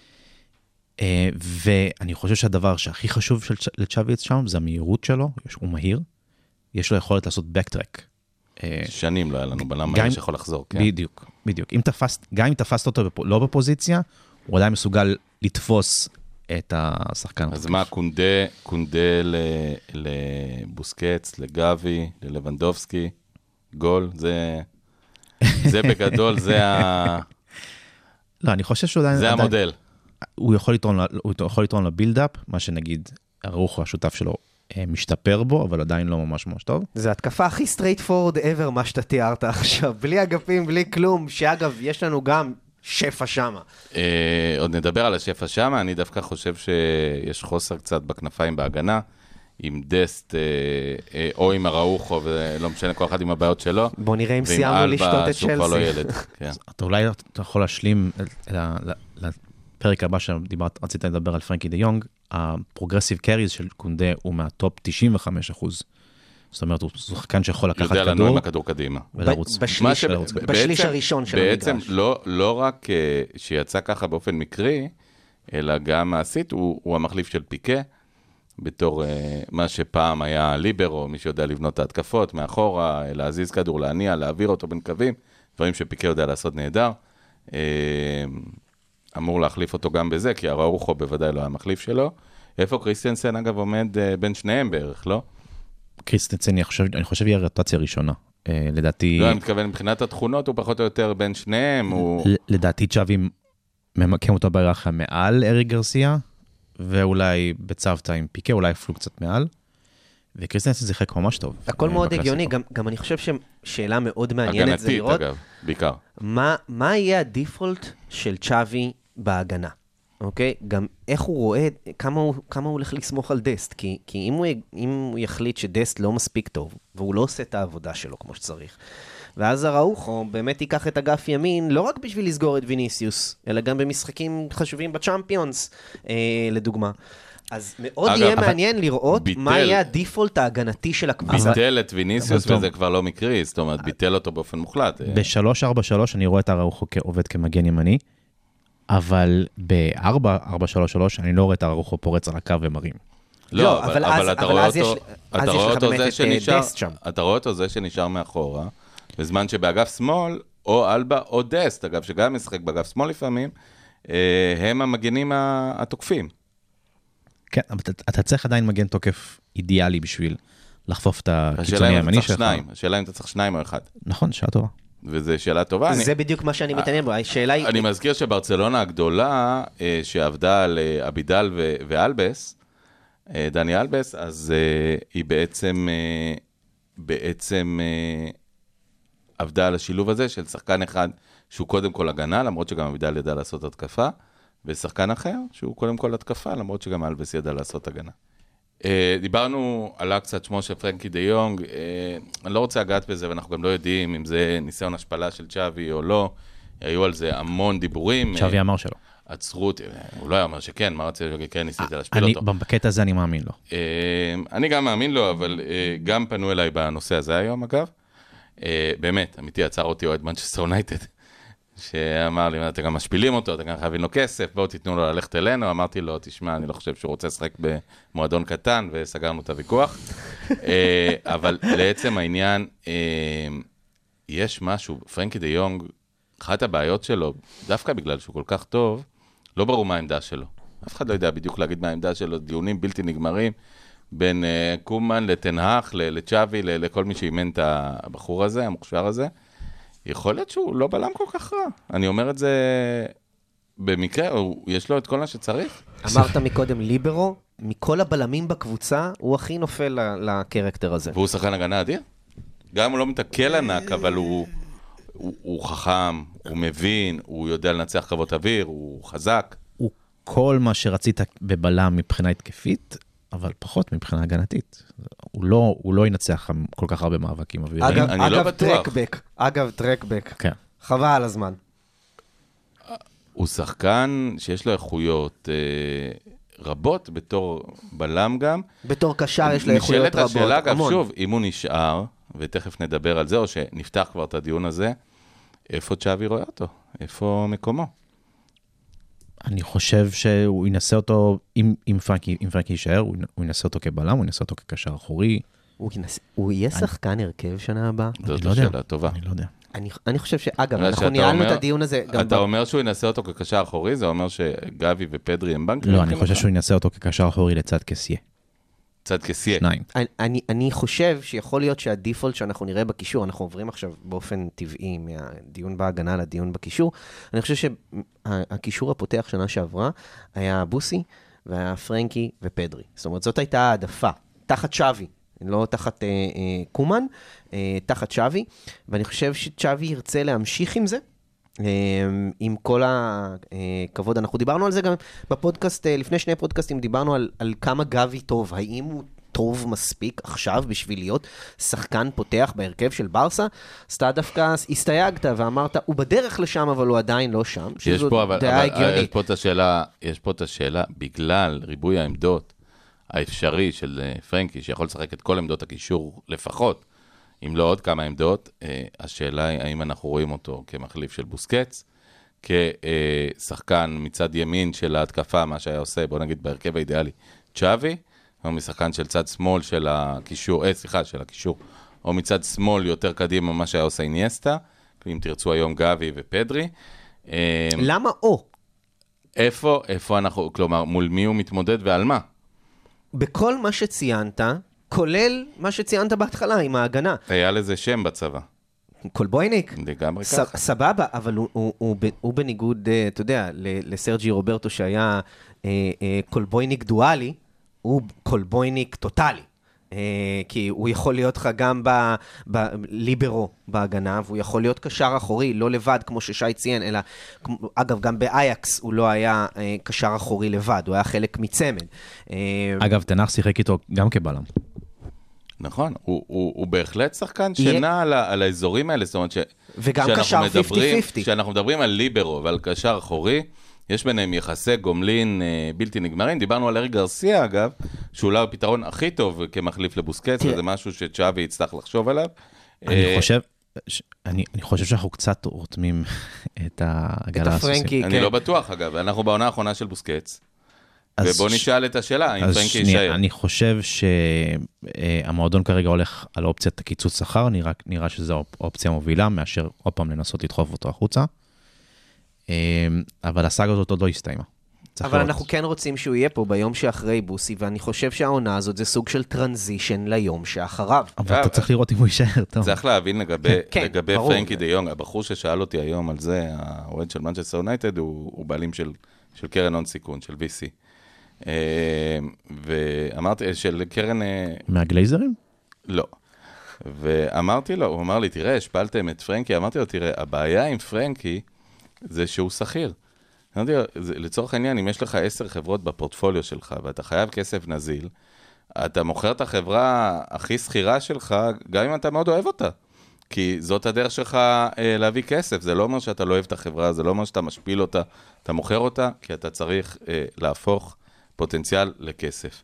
ואני חושב שהדבר שהכי חשוב לצ'אבי שם, זה המהירות שלו, הוא מהיר, יש לו יכולת לעשות backtrack. שנים לא היה לנו בלם מהיר שיכול לחזור, כן. בדיוק. גם אם תפסת אותו לא בפוזיציה, הוא עדיין מסוגל לתפוס את השחקן. אז מה, קונדה לבוסקץ, לגבי, ללבנדובסקי, גול, זה בגדול, לא, אני חושב שהוא עדיין... זה המודל. הוא יכול לתרון לבילדאפ, מה שנגיד, הרוח השותף שלו משתפר בו, אבל עדיין לא ממש טוב. זה התקפה הכי straight forward ever, מה שאתה תיארת עכשיו. בלי אגפים, בלי כלום, שאגב, יש לנו גם שפע שמה. עוד נדבר על השפע שמה, אני דווקא חושב שיש חוסר קצת בכנפיים בהגנה, עם דסט או עם הראוחו, ולא משנה כל אחד עם הבעיות שלו. בוא נראה אם סיימנו לשתות את שהוא כבר לא ילד. אולי אתה יכול להשלים לפרק הבא שרצית לדבר על פרנקי דה יונג, הפרוגרסיב קריז של קונדה הוא מהטופ 95%. זאת אומרת, הוא שחקן שיכול לקחת כדור. יודע לנו עם הכדור קדימה. בשליש הראשון של המגרש. בעצם לא רק שיצא ככה באופן מקרי, אלא גם מעשית, הוא המחליף של פיקה, בתור מה שפעם היה ליברו, מי שיודע לבנות את ההתקפות, מאחורה, להזיז כדור, להניע, להעביר אותו בין קווים, דברים שפיקה יודע לעשות נהדר. אמור להחליף אותו גם בזה, כי הראוחו בוודאי לא היה מחליף שלו. איפה קריסטיאנסן אגב עומד בין שניהם בערך, לא? קריסטיאנסן, אני חושב היא הרוטציה הראשונה. לדעתי... לא, אני מתכוון, מבחינת התכונות הוא פחות או יותר בין שניהם. לדעתי צ'אבי ממקם אותו בהיררכיה מעל אריק גרסיה, ואולי בצוותא עם פיקה, אולי אפילו קצת מעל. וקריסטיאנסן זה חלק ממש טוב. הכל מאוד הגיוני, גם אני חושב ששאלה מאוד מעניינת זה לראות... הגנתית אגב, בעיקר. מה יהיה הדיפולט של צ'אבי בהגנה? אוקיי? גם איך הוא רואה, כמה הוא הולך לסמוך על דסט, כי אם הוא יחליט שדסט לא מספיק טוב, והוא לא עושה את העבודה שלו כמו שצריך, ואז הראוחו באמת ייקח את אגף ימין, לא רק בשביל לסגור את ויניסיוס, אלא גם במשחקים חשובים בצ'אמפיונס, לדוגמה. אז מאוד יהיה מעניין לראות מה יהיה הדיפולט ההגנתי של הקבוצה. ביטל את ויניסיוס, וזה כבר לא מקרי, זאת אומרת, ביטל אותו באופן מוחלט. ב-3-4-3 אני רואה את הראוחו כעובד כמגן ימני, אבל ב-4-4-3-3 אני לא רואה את הראוחו פורץ על הקו ומרים. לא, אבל אתה רואה אותו זה שנשאר מאחורה, בזמן שבאגף שמאל, או אלבה או דסט, אגב, שגם משחק באגף שמאל לפעמים, הם המגנים התוקפים. כן, אבל אתה צריך עדיין מגן תוקף אידיאלי בשביל לחפוף את הקיצוני הימני שלך. השאלה אם אתה צריך שניים או אחד. נכון, שאלה טובה. וזו שאלה טובה. זה בדיוק מה שאני מתעניין בו, השאלה היא... אני מזכיר שברצלונה הגדולה, שעבדה על אבידל ואלבס, דני אלבס, אז היא בעצם עבדה על השילוב הזה של שחקן אחד שהוא קודם כל הגנה, למרות שגם אבידל ידע לעשות התקפה, ושחקן אחר שהוא קודם כל התקפה, למרות שגם אלבס ידע לעשות הגנה. דיברנו עלה קצת שמו של פרנקי דה יונג, אני לא רוצה לגעת בזה, ואנחנו גם לא יודעים אם זה ניסיון השפלה של צ'אבי או לא, היו על זה המון דיבורים. צ'אבי אמר שלא. עצרו אותי, הוא לא אמר שכן, מה רציתי שכן, ניסיתי להשפיל אותו. בקטע הזה אני מאמין לו. אני גם מאמין לו, אבל גם פנו אליי בנושא הזה היום, אגב. באמת, אמיתי, עצר אותי אוהד מנצ'סטר יונייטד, שאמר לי, אתם גם משפילים אותו, אתם גם חייבים לו כסף, בואו תיתנו לו ללכת אלינו. אמרתי לו, תשמע, אני לא חושב שהוא רוצה לשחק במועדון קטן, וסגרנו את הוויכוח. אבל לעצם העניין, יש משהו, פרנקי דה יונג, אחת הבעיות שלו, דווקא בגלל שהוא כל כך טוב, לא ברור מה העמדה שלו. אף אחד לא יודע בדיוק להגיד מה העמדה שלו, דיונים בלתי נגמרים, בין קומן לתנהך, לצ'אבי, לכל מי שאימן את הבחור הזה, המוכשר הזה. יכול להיות שהוא לא בלם כל כך רע. אני אומר את זה במקרה, יש לו את כל מה שצריך. אמרת מקודם ליברו, מכל הבלמים בקבוצה, הוא הכי נופל לקרקטר הזה. והוא שחקן הגנה אדיר. גם הוא לא מתקל ענק, אבל הוא חכם, הוא מבין, הוא יודע לנצח קרבות אוויר, הוא חזק. הוא כל מה שרצית בבלם מבחינה התקפית, אבל פחות מבחינה הגנתית. הוא לא ינצח כל כך הרבה מאבקים אוויריים. אגב, טרקבק. אגב, טרקבק. כן. חבל על הזמן. הוא שחקן שיש לו איכויות רבות, בתור בלם גם. בתור קשר יש לו איכויות רבות. נשאלת השאלה, אגב, שוב, אם הוא נשאר, ותכף נדבר על זה, או שנפתח כבר את הדיון הזה, איפה צ'אבי רואה אותו? איפה מקומו? אני חושב שהוא ינסה אותו, אם פרנקי יישאר, הוא ינסה אותו כבלם, הוא ינסה אותו כקשר אחורי. הוא יהיה שחקן הרכב שנה הבאה? זאת שאלה טובה. אני לא יודע. אני חושב שאגב, אנחנו ניהלנו את הדיון הזה. אתה אומר שהוא ינסה אותו כקשר אחורי? זה אומר שגבי ופדרי הם בנק? לא, אני חושב שהוא ינסה אותו כקשר אחורי לצד כסיה. צד כסיה. שניים. אני חושב שיכול להיות שהדיפולט שאנחנו נראה בקישור, אנחנו עוברים עכשיו באופן טבעי מהדיון בהגנה לדיון בקישור, אני חושב שהקישור הפותח שנה שעברה היה בוסי, והיה פרנקי ופדרי. זאת אומרת, זאת הייתה העדפה, תחת צ'אבי, לא תחת קומן, תחת צ'אבי, ואני חושב שצ'אבי ירצה להמשיך עם זה, עם כל הכבוד. אנחנו דיברנו על זה גם בפודקאסט, לפני שני פודקאסטים דיברנו על כמה גבי טוב, האם הוא טוב מספיק עכשיו בשביל להיות שחקן פותח בהרכב של ברסה, אז אתה דווקא הסתייגת ואמרת, הוא בדרך לשם אבל הוא עדיין לא שם, שזו דעה הגיונית. יש פה את השאלה, בגלל ריבוי העמדות האפשרי של פרנקי, שיכול לשחק את כל עמדות הקישור לפחות, אם לא עוד כמה עמדות, השאלה היא האם אנחנו רואים אותו כמחליף של בוסקץ, כשחקן מצד ימין של ההתקפה, מה שהיה עושה, בוא נגיד בהרכב האידיאלי, צ'אבי, או משחקן של צד שמאל של הקישור, של הקישור, או מצד שמאל יותר קדימה, מה שהיה עושה אינייסטה, אם תרצו היום גבי ופדרי. למה או? איפה אנחנו, כלומר, מול מי הוא מתמודד ועל מה? בכל מה שציינת, כולל מה שציינת בהתחלה עם ההגנה. היה לזה שם בצבא. קולבויניק? לגמרי ככה. סבבה, אבל הוא בניגוד, אתה יודע, לסרג'י רוברטו שהיה קולבויניק דואלי, הוא קולבויניק טוטלי. כי הוא יכול להיות לך גם בליברו בהגנה, והוא יכול להיות קשר אחורי, לא לבד כמו ששי ציין, אלא, אגב, גם באייקס הוא לא היה קשר אחורי לבד, הוא היה חלק מצמד. אגב, תנח שיחק איתו גם כבלם. נכון, הוא בהחלט שחקן שנע על האזורים האלה, זאת אומרת וגם קשר 50-50. כשאנחנו מדברים על ליברו ועל קשר אחורי, יש ביניהם יחסי גומלין בלתי נגמרים. דיברנו על אריק גרסיה, אגב, שהוא אולי הפתרון הכי טוב כמחליף לבוסקץ, וזה משהו שצ'אבי יצטרך לחשוב עליו. אני חושב שאנחנו קצת רותמים את העגלה הסוסים. אני לא בטוח, אגב. אנחנו בעונה האחרונה של בוסקץ. ובוא נשאל את השאלה, האם פרנקי יישאר. אני חושב שהמועדון כרגע הולך על אופציית הקיצוץ שכר, נראה שזו אופציה מובילה, מאשר עוד פעם לנסות לדחוף אותו החוצה. אבל הסאגה הזאת עוד לא הסתיימה. צריך אבל לראות. אנחנו כן רוצים שהוא יהיה פה ביום שאחרי בוסי, ואני חושב שהעונה הזאת זה סוג של טרנזישן ליום שאחריו. אבל אתה צריך לראות אם הוא יישאר, טוב. צריך להבין כן, לגבי ברור. פרנקי דה יונג, הבחור ששאל אותי היום על זה, האוהד של מנצ'סטר יונייטד, הוא בעלים של קרן הון סיכון, של VC. ואמרתי, של קרן... מהגלייזרים? לא. ואמרתי לו, הוא אמר לי, תראה, השפלתם את פרנקי, אמרתי לו, תראה, הבעיה עם פרנקי זה שהוא שכיר. אמרתי לו, לצורך העניין, אם יש לך 10 חברות בפורטפוליו שלך, ואתה חייב כסף נזיל, אתה מוכר את החברה הכי שכירה שלך, גם אם אתה מאוד אוהב אותה. כי זאת הדרך שלך להביא כסף, זה לא אומר שאתה לא אוהב את החברה, זה לא אומר שאתה משפיל אותה, אתה מוכר אותה, כי אתה צריך להפוך פוטנציאל לכסף.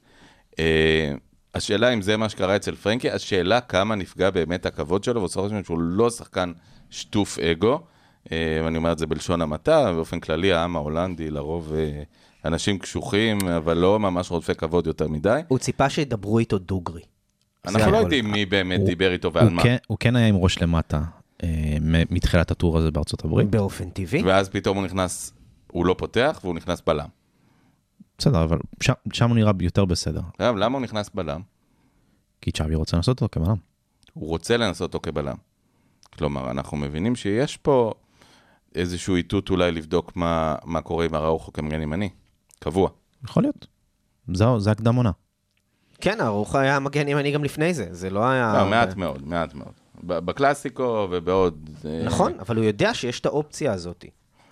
השאלה אם זה מה שקרה אצל פרנקי, השאלה כמה נפגע באמת הכבוד שלו, ובסופו של דבר שהוא לא שחקן שטוף אגו, ואני אומר את זה בלשון המעטה, באופן כללי העם ההולנדי לרוב אנשים קשוחים, אבל לא ממש רודפי כבוד יותר מדי. הוא ציפה שידברו איתו דוגרי. אנחנו לא יודעים מי באמת דיבר איתו ועל מה. הוא כן היה עם ראש למטה, מתחילת הטור הזה בארצות הברית. באופן טבעי. ואז פתאום הוא נכנס, הוא לא פותח והוא נכנס בלם. בסדר, אבל שם הוא נראה יותר בסדר. למה הוא נכנס בלם? כי צ'אבי רוצה לנסות אותו כבלם. הוא רוצה לנסות אותו כבלם. כלומר, אנחנו מבינים שיש פה איזשהו איתות אולי לבדוק מה קורה עם הראוכו כמגן ימני. קבוע. יכול להיות. זה הקדם עונה. כן, ארוחה היה מגן ימני גם לפני זה, זה לא היה... לא, מעט מאוד, מעט מאוד. בקלאסיקו ובעוד... נכון, אבל הוא יודע שיש את האופציה הזאת.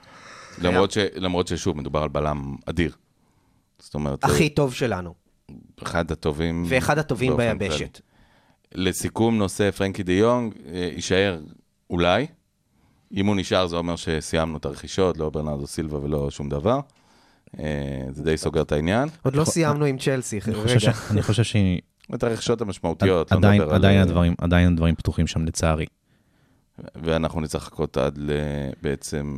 למרות ששוב, מדובר על בלם אדיר. זאת אומרת... הכי טוב שלנו. אחד הטובים... ואחד הטובים ביבשת. לסיכום נושא פרנקי דה יונג, יישאר אולי. אם הוא נשאר, זה אומר שסיימנו את הרכישות, לא ברנרדו סילבה ולא שום דבר. זה די סוגר את העניין. עוד לא סיימנו עם צ'לסי. אני חושב שהיא... את הרכישות המשמעותיות. עדיין הדברים פתוחים שם לצערי. ואנחנו נצטרך לחכות עד בעצם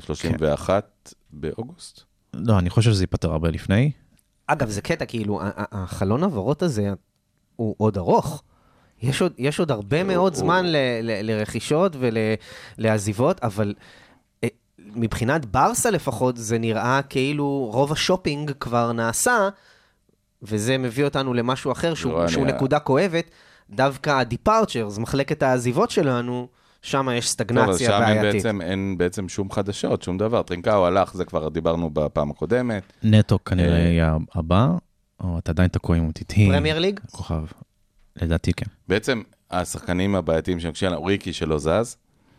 31 באוגוסט. לא, אני חושב שזה ייפטר הרבה לפני. אגב, זה קטע, כאילו, החלון העברות הזה הוא עוד ארוך. יש עוד הרבה מאוד זמן לרכישות ולעזיבות, אבל מבחינת ברסה לפחות, זה נראה כאילו רוב השופינג כבר נעשה, וזה מביא אותנו למשהו אחר שהוא נקודה כואבת. דווקא הדיפארצ'רס, מחלקת העזיבות שלנו, שם יש סטגנציה בעייתית. שם אין בעצם שום חדשות, שום דבר. טרינקאו הלך, זה כבר דיברנו בפעם הקודמת. נטו כנראה יהיה הבא, או אתה עדיין תקוע עם אותיתי. פרמייר ליג? כוכב. לדעתי כן. בעצם השחקנים הבעייתיים שמקשיבים, ריקי שלא זז,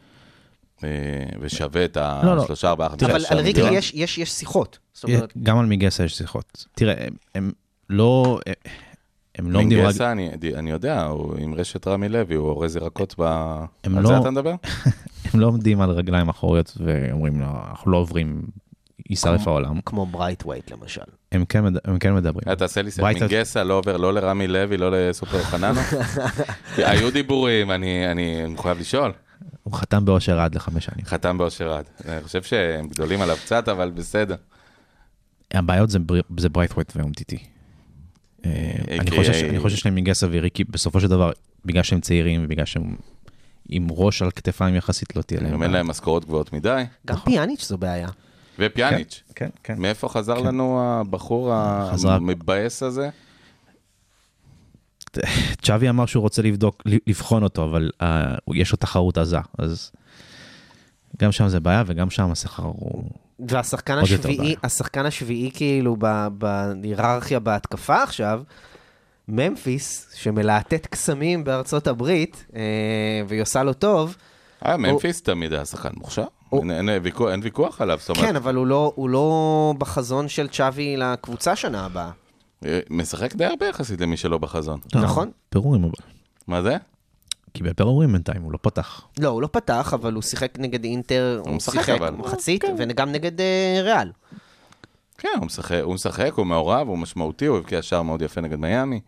ושווה את ה-3-4-5 אבל על ריקי יש שיחות. גם על מיגסה יש שיחות. תראה, הם לא עומדים... מיגסה, אני יודע, הוא עם רשת רמי לוי, הוא אורז ירקות על זה אתה מדבר? הם לא עומדים על רגליים אחוריות ואומרים, אנחנו לא עוברים, יישרף העולם. כמו ברייטווייט למשל. הם כן מדברים. תעשה לי סרט, מיגסה לא עובר לא לרמי לוי, לא לסופר חננו. היו דיבורים, אני מחויב לשאול. הוא חתם באושר עד ל5 שנים. חתם באושר עד. אני חושב שהם גדולים עליו קצת, אבל בסדר. הבעיות זה ברייטווייט ואומטיטי. אני חושב שהם מיגסה וריקי, בסופו של דבר, בגלל שהם צעירים ובגלל שהם עם ראש על כתפיים יחסית לא תהיה להם. אין להם משכורות גבוהות מדי. גם פיאניץ' זו בעיה. ופיאניץ'. כן, כן. מאיפה חזר לנו הבחור המבאס הזה? צ'אבי אמר שהוא רוצה לבחון אותו, אבל יש לו תחרות עזה, אז גם שם זה בעיה, וגם שם השכר הוא... והשחקן השביעי כאילו בהיררכיה בהתקפה עכשיו, ממפיס, שמלהטט קסמים בארצות הברית, והיא עושה לו טוב. ממפיס תמיד היה שחקן מוכשר, אין ויכוח עליו. כן, אבל הוא לא בחזון של צ'אבי לקבוצה שנה הבאה. משחק די הרבה יחסית למי שלא בחזון. נכון. פירורים אבל. מה זה? כי בפירורים בינתיים, הוא לא פתח. לא, הוא לא פתח, אבל הוא שיחק נגד אינטר, הוא שיחק מחצית, וגם נגד ריאל. כן, הוא משחק, הוא מעורב, הוא משמעותי, הוא הבקיע שער מאוד יפה נגד מיאמי.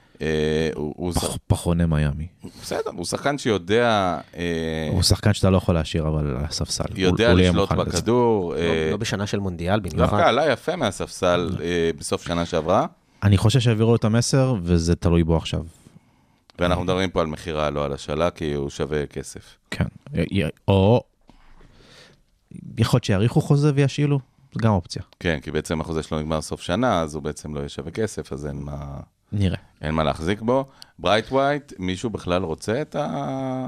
פחוני מיאמי. בסדר, הוא שחקן שיודע... הוא שחקן שאתה לא יכול להשאיר, אבל על הספסל. יודע לשלוט בכדור. לא בשנה של מונדיאל, במיוחד. דווקא עלה יפה מהספסל בסוף שנה שעברה. אני חושב שהעבירו את המסר, וזה תלוי בו עכשיו. ואנחנו מדברים פה על מחירה, לא על השאלה, כי הוא שווה כסף. כן. או יכול להיות שיעריכו חוזה וישאילו. זה גם אופציה. כן, כי בעצם החוזה שלו נגמר סוף שנה, אז הוא בעצם לא יהיה שווה כסף, אז נראה. אין מה להחזיק בו. ברייט ווייט, מישהו בכלל רוצה את ה...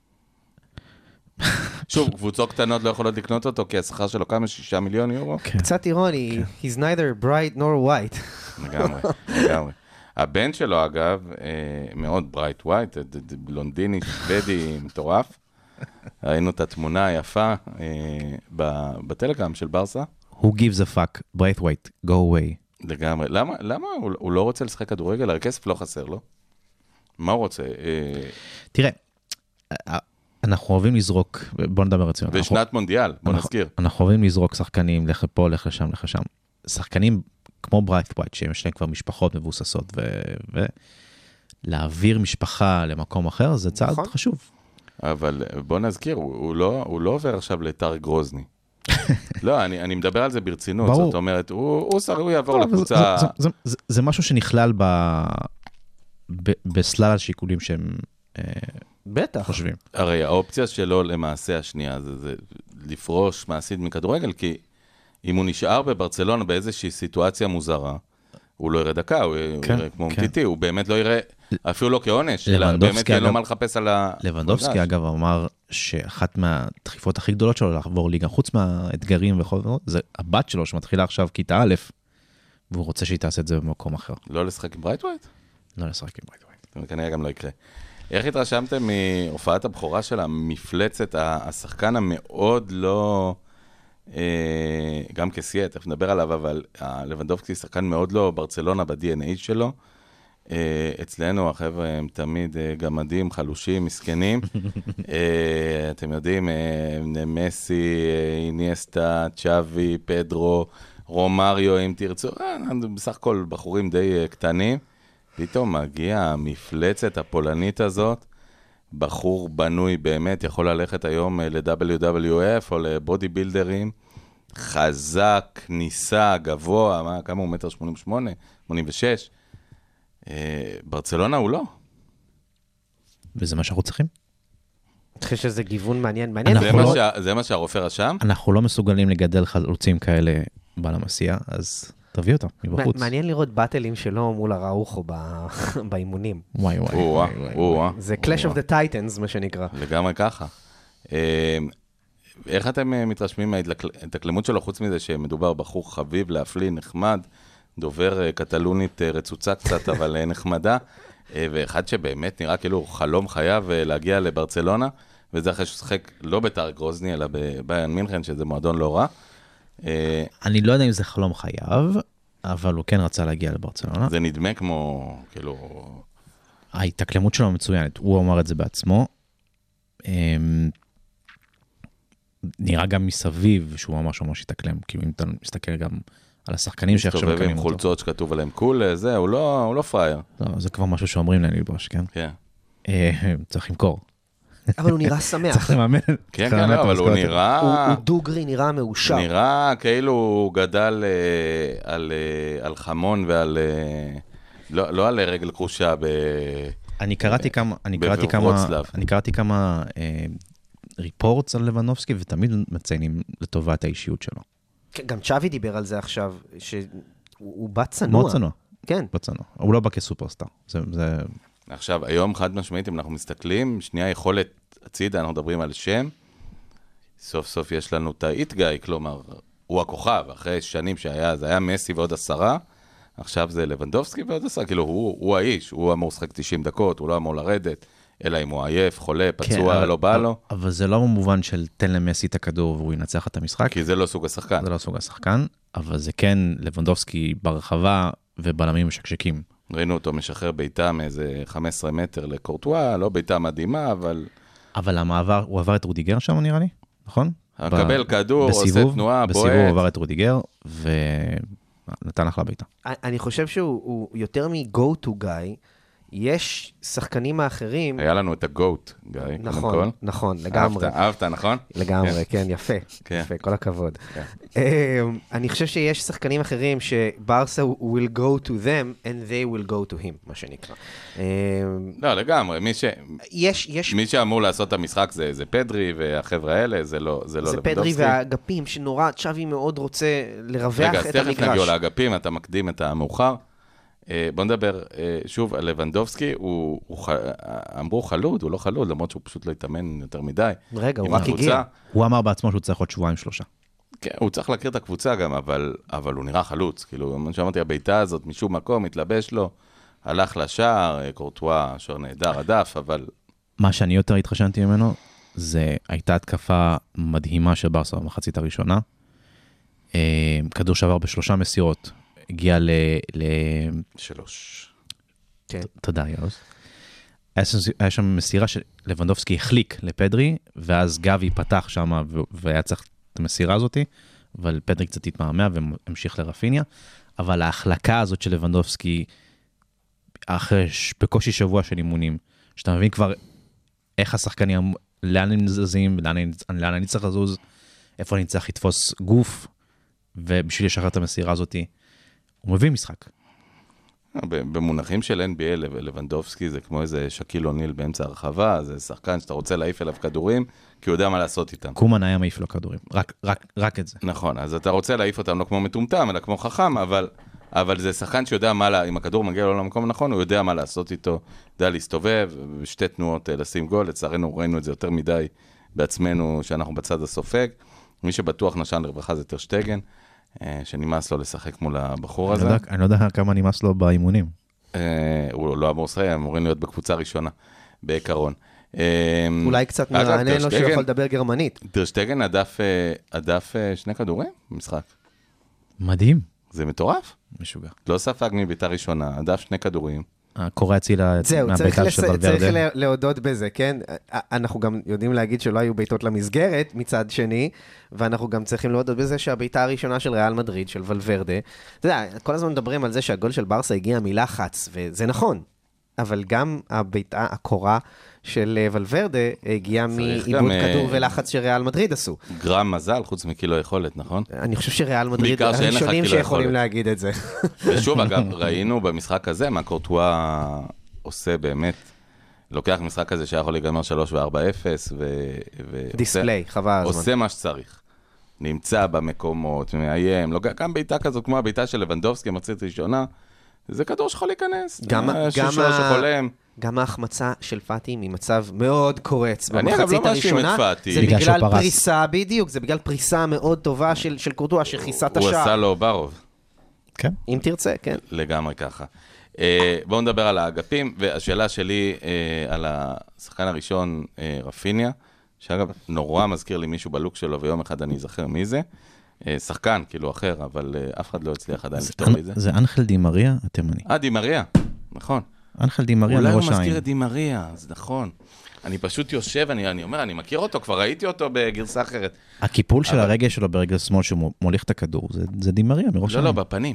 שוב, קבוצות קטנות לא יכולות לקנות אותו, כי השכר שלו כמה 6 מיליון יורו? קצת אירוני, he's neither bright nor white. לגמרי, לגמרי. הבן שלו, אגב, מאוד ברייט ווייט, בלונדיני, שבדי, מטורף. ראינו את התמונה היפה בטלגרם של ברסה. Who gives a fuck? Bright white, go away. לגמרי. למה הוא לא רוצה לשחק כדורגל? הרי כסף לא חסר לו. מה הוא רוצה? תראה, אנחנו אוהבים לזרוק, בוא נדבר רצינות. בשנת מונדיאל, בוא נזכיר. אנחנו אוהבים לזרוק שחקנים, לך פה, לך לשם, לך לשם. שחקנים כמו ברייט ווייט, שיש להם כבר משפחות מבוססות, ולהעביר משפחה למקום אחר, זה צעד חשוב. אבל בוא נזכיר, הוא לא עובר עכשיו לתר גרוזני. לא, אני מדבר על זה ברצינות. זאת אומרת, הוא יעבור לקבוצה... זה משהו שנכלל בסלל השיקולים שהם בטח. חושבים. הרי האופציה שלו למעשה השנייה, זה לפרוש מעשית מכדורגל, כי אם הוא נשאר בברצלונה באיזושהי סיטואציה מוזרה, הוא לא יראה דקה, הוא יראה כמו מטיטי, הוא באמת לא יראה, אפילו לא כעונש, אלא באמת אין לו מה לחפש על ה... לבנדובסקי, אגב, אמר שאחת מהדחיפות הכי גדולות שלו לעבור ליגה, חוץ מהאתגרים וכל דבר, זה הבת שלו שמתחילה עכשיו כיתה א', והוא רוצה שהיא תעשה את זה במקום אחר. לא לשחק עם ברייט ווייט? לא לשחק עם ברייט ווייט. זה כנראה גם לא יקרה. איך התרשמתם מהופעת הבכורה של המפלצת, השחקן המאוד לא... גם כסייה, תכף נדבר עליו, אבל לבנדובסקי שחקן מאוד לא ברצלונה ב-DNA שלו. אצלנו החבר'ה הם תמיד גמדים, חלושים, מסכנים. אתם יודעים, מסי, איניאסטה, צ'אבי, פדרו, רומריו, אם תרצו, בסך הכל בחורים די קטנים. פתאום מגיע המפלצת הפולנית הזאת, בחור בנוי באמת, יכול ללכת היום ל-WWF או לבודי בילדרים, חזק, ניסה, גבוה, כמה הוא 1.88 מטר, 86. ברצלונה הוא לא. וזה מה שאנחנו צריכים. אני חושב שזה גיוון מעניין. זה מה שהרופא רשם? אנחנו לא מסוגלים לגדל חלוצים כאלה בלמסייה, אז תביא אותם מבחוץ. מעניין לראות באטלים שלו מול הראוחו באימונים. וואי. זה Clash of the Titans, מה שנקרא. לגמרי ככה. איך אתם מתרשמים מההתאקלמות שלו, חוץ מזה שמדובר בחור חביב, להפליא, נחמד, דובר קטלונית רצוצה קצת, אבל נחמדה, ואחד שבאמת נראה כאילו חלום חייו להגיע לברצלונה, וזה אחרי שהוא שחק לא בתר גרוזני, אלא בביירן מינכן, שזה מועדון לא רע. אני לא יודע אם זה חלום חייו, אבל הוא כן רצה להגיע לברצלונה. זה נדמה כמו, כאילו... ההתאקלמות שלו מצוינת, הוא אמר את זה בעצמו. נראה גם מסביב שהוא ממש התאקלם, כי אם אתה מסתכל גם על השחקנים שעכשיו מסתובב מקנים עם אותו. חולצות שכתוב עליהם קול, זה, הוא לא פרייר. זה כבר משהו שאומרים להם ללבוש, כן? כן. צריך למכור. אבל הוא נראה שמח. צריך לממן. כן, אבל הוא נראה... הוא דוגרי, נראה מאושר. נראה כאילו הוא גדל על חמון ועל... לא על רגל קרושה אני קראתי כמה ריפורטס על לבנובסקי, ותמיד מציינים לטובת האישיות שלו. גם צ'אבי דיבר על זה עכשיו, שהוא בא צנוע. מאוד צנוע. כן. בא צנוע. הוא לא בא כסופרסטאר. עכשיו, היום חד משמעית, אם אנחנו מסתכלים, שנייה יכולת הצידה, אנחנו מדברים על שם, סוף סוף יש לנו את האיטגאי, כלומר, הוא הכוכב, אחרי שנים שהיה, זה היה מסי ועוד 10, עכשיו זה לבנדובסקי ועוד 10, כאילו הוא האיש, הוא אמור לשחק 90 דקות, הוא לא אמור לרדת, אלא אם הוא עייף, חולה, פצוע, לא בא לו. אבל זה לא במובן של תן למסי את הכדור והוא ינצח את המשחק. כי זה לא סוג השחקן. זה לא סוג השחקן, אבל זה כן לבנדובסקי ברחבה ובלמים משקשקים. ראינו אותו משחרר ביתה מאיזה 15 מטר לקורטואה, לא ביתה מדהימה, אבל... אבל המעבר, הוא עבר את רודיגר שם נראה לי, נכון? מקבל כדור, עושה תנועה, בועט. בסיבוב הוא עבר את רודיגר, ונתן אחלה ביתה. אני חושב שהוא יותר מ-go to guy, יש שחקנים האחרים... היה לנו את הגוט, גיא, קודם נכון, כל. נכון, לגמרי. אהבת, נכון? לגמרי, כן, יפה. כן. יפה, כל הכבוד. כן. אני חושב שיש שחקנים אחרים שברסה will go to them and they will go to him, מה שנקרא. לא, לגמרי. יש... מי שאמור לעשות את המשחק זה פדרי, והחברה האלה, זה לא זה לבנדובסקי. פדרי והאגפים, שנורא צ'אבי מאוד רוצה לרווח רגע, את אז תכף המגרש. נגיעו לאגפים, אתה מקדים את המאוחר. בוא נדבר שוב על לבנדובסקי, אמרו חלוד, הוא לא חלוד, למרות שהוא פשוט לא התאמן יותר מדי. רגע, הוא עם רק הקבוצה. הגיע. הוא אמר בעצמו שהוא צריך עוד 2-3 שבועות. כן, הוא צריך להכיר את הקבוצה גם, אבל הוא נראה חלוץ. כאילו, מה שאמרתי, הביתה הזאת, משום מקום, התלבש לו, הלך לשער, קורטואה, שוער נהדר, הדף, אבל... מה שאני יותר התחשנתי ממנו, זה הייתה התקפה מדהימה של ברסה במחצית הראשונה. כדור שעבר ב3 מסירות, הגיע שלוש. כן. תודה, יאוז. היה שם מסירה שלבנדובסקי החליק לפדרי, ואז גבי פתח שם, והיה צריך את המסירה הזאת, אבל פדרי קצת התמהמה והמשיך לרפיניה. אבל ההחלקה הזאת של לבנדובסקי, אחרי בקושי שבוע של אימונים, שאתה מבין כבר איך השחקנים, לאן הם זזים, לאן אני צריך לזוז, איפה אני צריך לתפוס גוף, ובשביל לשחרר את המסירה הזאת, הוא מביא משחק. במונחים של NBA, לבנדובסקי זה כמו איזה שקיל אוניל באמצע הרחבה, זה שחקן שאתה רוצה להעיף אליו כדורים, כי הוא יודע מה לעשות איתם. קומן היה מעיף לו כדורים, רק את זה. נכון, אז אתה רוצה להעיף אותם לא כמו מטומטם, אלא כמו חכם, אבל זה שחקן שיודע מה, אם הכדור מגיע לו למקום הנכון, הוא יודע מה לעשות איתו, יודע להסתובב, בשתי תנועות לשים גול, לצערנו ראינו את זה יותר מדי בעצמנו, שאנחנו בצד הסופג. מי שבטוח נשן לרווחה זה טרשטגן, שנמאס לו לשחק מול הבחור הזה. אני לא יודע כמה נמאס לו באימונים. הוא לא אמור לשחק, אמורים להיות בקבוצה ראשונה, בעיקרון. אולי קצת מעניין לו שהוא יכול לדבר גרמנית. טרשטגן עדף 2 כדורים במשחק. מדהים. זה מטורף. משוגע. לא ספג מביתה ראשונה, עדף 2 כדורים. הקורא הצילה מהביתה של ולוורדה. צריך להודות בזה, כן? אנחנו גם יודעים להגיד שלא היו ביתות למסגרת מצד שני, ואנחנו גם צריכים להודות בזה שהביתה הראשונה של ריאל מדריד, של ולוורדה, אתה יודע, כל הזמן מדברים על זה שהגול של ברסה הגיע מלחץ, וזה נכון, אבל גם הביתה, הקורה של ולוורדה, הגיעה מעיבוד כדור ולחץ שריאל מדריד עשו. גרם מזל, חוץ מכאילו יכולת, נכון? אני חושב שריאל מדריד הראשונים שיכולים להגיד את זה. ושוב, אגב, ראינו במשחק הזה, מה קורטואה עושה באמת, לוקח משחק כזה שיכול להיגמר 3 ו-4-0, דיספליי, חבל הזמן. עושה מה שצריך. נמצא במקומות, מאיים, גם ביתה כזאת, כמו הביתה של לבנדובסקי, מצאת ראשונה, זה כדור שיכול להיכנס. גם ההחמצה של פאטי ממצב מאוד קורץ במחצית הראשונה, זה בגלל פריסה, בדיוק, זה בגלל פריסה מאוד טובה של קורטואה, שכיסה את השער. הוא עשה לו ברוב. כן. אם תרצה, כן. לגמרי ככה. בואו נדבר על האגפים, והשאלה שלי על השחקן הראשון, רפיניה, שאגב, נורא מזכיר לי מישהו בלוק שלו, ויום אחד אני אזכר מי זה. שחקן, כאילו אחר, אבל אף אחד לא הצליח עדיין לפתור לי את זה. זה אנחל די מריה, התימני. די מריה, נכון. אנחל די מריה מראש העין. אולי הוא מזכיר את די מריה, זה נכון. אני פשוט יושב, אני אומר, אני מכיר אותו, כבר ראיתי אותו בגרסה אחרת. הקיפול של הרגל שלו ברגל שמאל, שהוא מוליך את הכדור, זה די מריה מראש העין. לא, בפנים.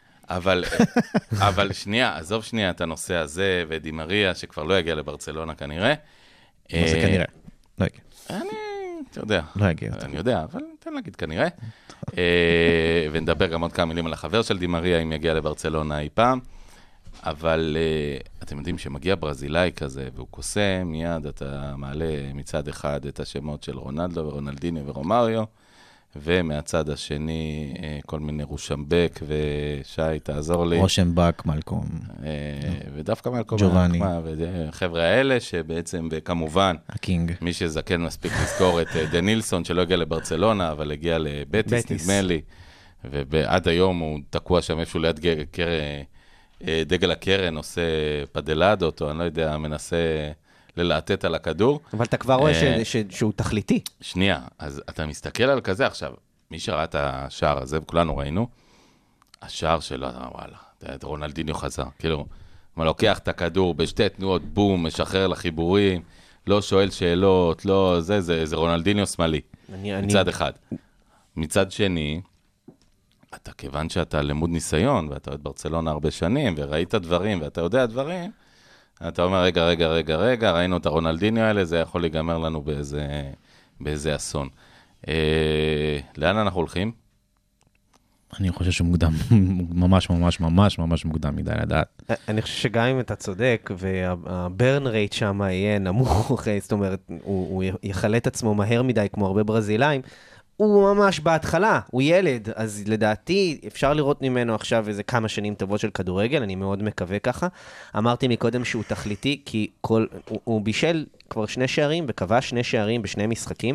אבל שנייה, עזוב שנייה את הנושא הזה, ודי מריה, שכבר לא יגיע לברצלונה כנראה. מה זה כנראה? לא יגיע. אתה יודע. לא יגיע יותר. אני יודע, אבל תן להגיד כנראה. ונדבר גם עוד כמה מילים על החבר של די מריה, אם יגיע לברצלונה אי פעם. אבל אתם יודעים שמגיע ברזילאי כזה, והוא קוסם, מיד אתה מעלה מצד אחד את השמות של רונלדו ורונלדיניו ורומריו, ומהצד השני כל מיני רושמבק ושי, תעזור לי. רושמבק, מלקום. ודווקא מלקום. ג'ובאני. וחבר'ה האלה שבעצם, וכמובן, הקינג. מי שזקן מספיק לזכור את דנילסון, שלא הגיע לברצלונה, אבל הגיע לבטיס, נדמה לי, ועד היום הוא תקוע שם איפשהו ליד דגל הקרן, עושה פדלדות, או אני לא יודע, מנסה ללהטט על הכדור. אבל אתה כבר רואה שהוא תכליתי. שנייה, אז אתה מסתכל על כזה עכשיו, מי שראה את השער הזה, וכולנו ראינו, השער שלו, וואלה, רונלדיניו חזר, כאילו, מה לוקח את הכדור בשתי תנועות, בום, משחרר לחיבורים, לא שואל שאלות, לא, זה רונלדיניו שמאלי, מצד אחד. מצד שני, אתה כיוון שאתה למוד ניסיון, ואתה עוד ברצלונה הרבה שנים, וראית דברים, ואתה יודע דברים, אתה אומר, רגע, ראינו את הרונלדיניו האלה, זה יכול להיגמר לנו באיזה אסון. לאן אנחנו הולכים? אני חושב שמוקדם, ממש מוקדם מדי לדעת. אני חושב שגם אם אתה צודק, והברן רייט שם יהיה נמוך, זאת אומרת, הוא יחלט עצמו מהר מדי, כמו הרבה ברזילאים, הוא ממש בהתחלה, הוא ילד, אז לדעתי אפשר לראות ממנו עכשיו איזה כמה שנים טובות של כדורגל, אני מאוד מקווה ככה. אמרתי מקודם שהוא תכליתי, כי הוא בישל כבר 2 שערים, וכבש 2 שערים ב2 משחקים,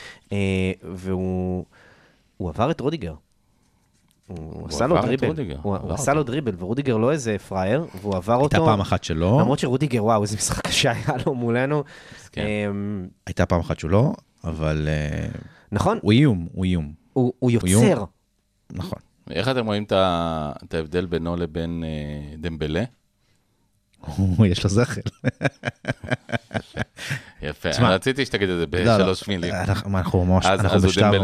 והוא עבר את רודיגר. הוא עשה לו דריבל, ורודיגר לא איזה פרייר, והוא עבר אותו. הייתה פעם אחת שלו. למרות שרודיגר, וואו, איזה משחק קשה היה לו מולנו. הייתה פעם אחת שלו, אבל... נכון? הוא איום. הוא יוצר. נכון. איך אתם רואים את ההבדל בינו לבין דמבלה? יש לו זכל. יפה, רציתי שתגיד את זה ב3 מילים. אנחנו בשלב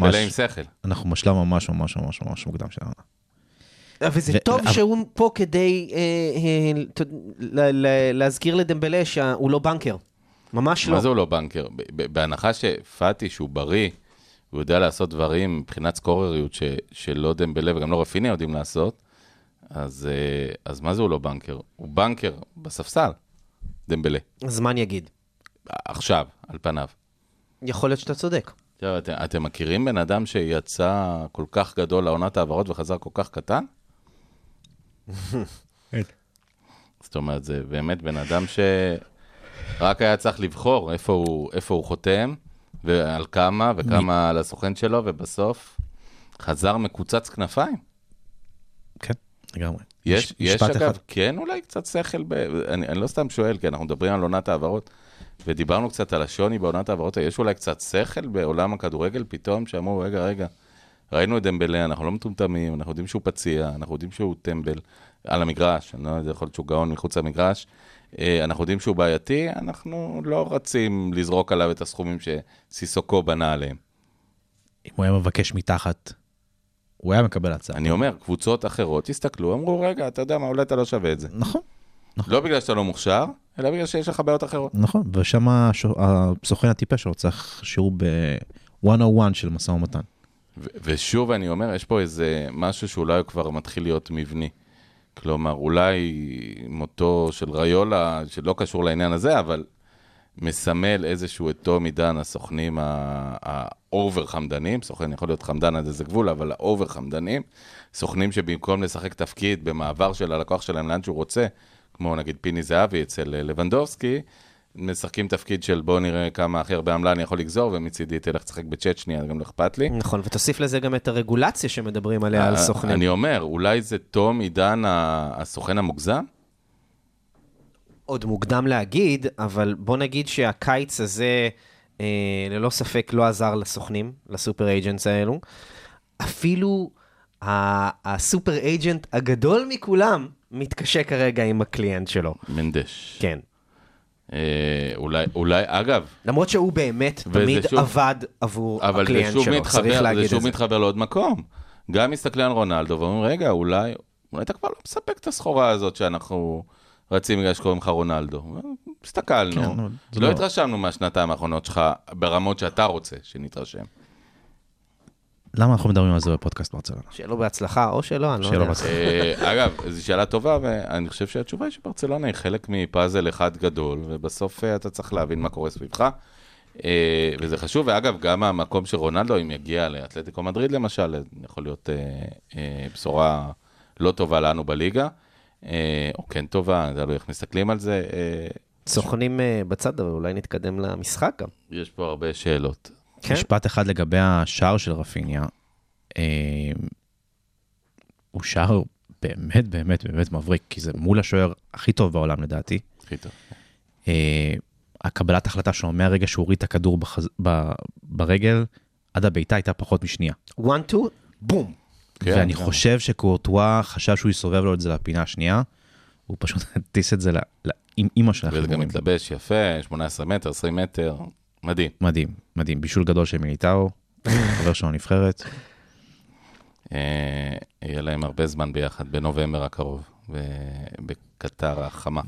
ממש מוקדם שלנו. וזה טוב שהוא פה כדי להזכיר לדמבלה שהוא לא בנקר. ממש לא. מה זה הוא לא בנקר? בהנחה שפאטי, שהוא בריא, הוא יודע לעשות דברים מבחינת סקורריות שלא דמבלה וגם לא רפיני יודעים לעשות, אז מה זה הוא לא בנקר? הוא בנקר בספסל, דמבלה. זמן יגיד. עכשיו, על פניו. יכול להיות שאתה צודק. אתם מכירים בן אדם שיצא כל כך גדול לעונת העברות וחזר כל כך קטן? זאת אומרת, זה באמת בן אדם שרק היה צריך לבחור איפה הוא חותם, ועל כמה, וכמה על הסוכן שלו, ובסוף חזר מקוצץ כנפיים. כן, לגמרי. יש אגב, כן אולי קצת שכל, אני לא סתם שואל, כי אנחנו מדברים על עונת העברות, ודיברנו קצת על השוני בעונת העברות, יש אולי קצת שכל בעולם הכדורגל פתאום, שאמרו, רגע, ראינו את דמבלה, אנחנו לא מטומטמים, אנחנו יודעים שהוא פציע, אנחנו יודעים שהוא טמבל על המגרש, אני לא יודע, יכול להיות שהוא גאון מחוץ למגרש, אנחנו יודעים שהוא בעייתי, אנחנו לא רצים לזרוק עליו את הסכומים שסיסוקו בנה עליהם. אם הוא היה מבקש מתחת, הוא היה מקבל הצעה. אני אומר, קבוצות אחרות הסתכלו, אמרו, רגע, אתה יודע מה, אולי אתה לא שווה את זה. נכון. לא בגלל שאתה לא מוכשר, אלא בגלל שיש לך בעיות אחרות. נכון, ושם הסוכן הטיפש הוא צריך שיעור ב-101 של משא ומתן. ושוב אני אומר, יש פה איזה משהו שאולי כבר מתחיל להיות מבני. כלומר, אולי מותו של ריולה, שלא קשור לעניין הזה, אבל מסמל איזשהו תום עידן הסוכנים האובר חמדנים, סוכן יכול להיות חמדן עד איזה גבול, אבל האובר חמדנים, סוכנים שבמקום לשחק תפקיד במעבר של הלקוח שלהם לאן שהוא רוצה, כמו נגיד פיני זהבי אצל לבנדובסקי, משחקים תפקיד של בוא נראה כמה הכי הרבה עמלה אני יכול לגזור, ומצידי תלך לשחק בצ'צ'ניה, גם לא אכפת לי. נכון, ותוסיף לזה גם את הרגולציה שמדברים עליה על סוכנים. אני אומר, אולי זה תום עידן הסוכן המוגזם? עוד מוקדם להגיד, אבל בוא נגיד שהקיץ הזה ללא ספק לא עזר לסוכנים, לסופר אייג'נטס האלו. אפילו הסופר אייג'נט הגדול מכולם מתקשה כרגע עם הקליינט שלו. מנדש. כן. אולי, אגב. למרות שהוא באמת תמיד עבד עבור הקליינט שלו, צריך להגיד את זה. זה שוב מתחבר לעוד מקום. גם מסתכלי על רונלדו ואומרים, רגע, אולי אתה כבר לא מספק את הסחורה הזאת שאנחנו רצים בגלל שקוראים לך רונלדו. הסתכלנו. לא התרשמנו מהשנתיים האחרונות שלך ברמות שאתה רוצה שנתרשם. למה אנחנו מדברים על זה בפודקאסט ברצלונה? שאלו בהצלחה או שלא, אני לא יודע. אגב, זו שאלה טובה, ואני חושב שהתשובה היא שברצלונה היא חלק מפאזל אחד גדול, ובסוף אתה צריך להבין מה קורה סביבך, וזה חשוב, ואגב, גם המקום של רונלדו, אם יגיע לאתלטיקו מדריד למשל, יכול להיות בשורה לא טובה לנו בליגה, או כן טובה, זה לא איך מסתכלים על זה. סוכנים בצד, אבל אולי נתקדם למשחק גם. יש פה הרבה שאלות. משפט אחד לגבי השער של רפיניה, הוא שער באמת מבריק, כי זה מול השוער הכי טוב בעולם לדעתי. הכי טוב. הקבלת החלטה שלו מהרגע שהוא הוריד את הכדור ברגל, עד הביתה הייתה פחות משנייה. 1, 2, בום. ואני חושב שקורטואה חשב שהוא יסובב לו את זה לפינה השנייה, הוא פשוט טיס את זה עם אמא של החיבורים. וזה גם מתלבש יפה, 18 מטר, 20 מטר. מדהים. מדהים. בישול גדול של מיליטאו, חבר שלנו נבחרת. יהיה להם הרבה זמן ביחד, בנובמבר הקרוב. בקטר החמה.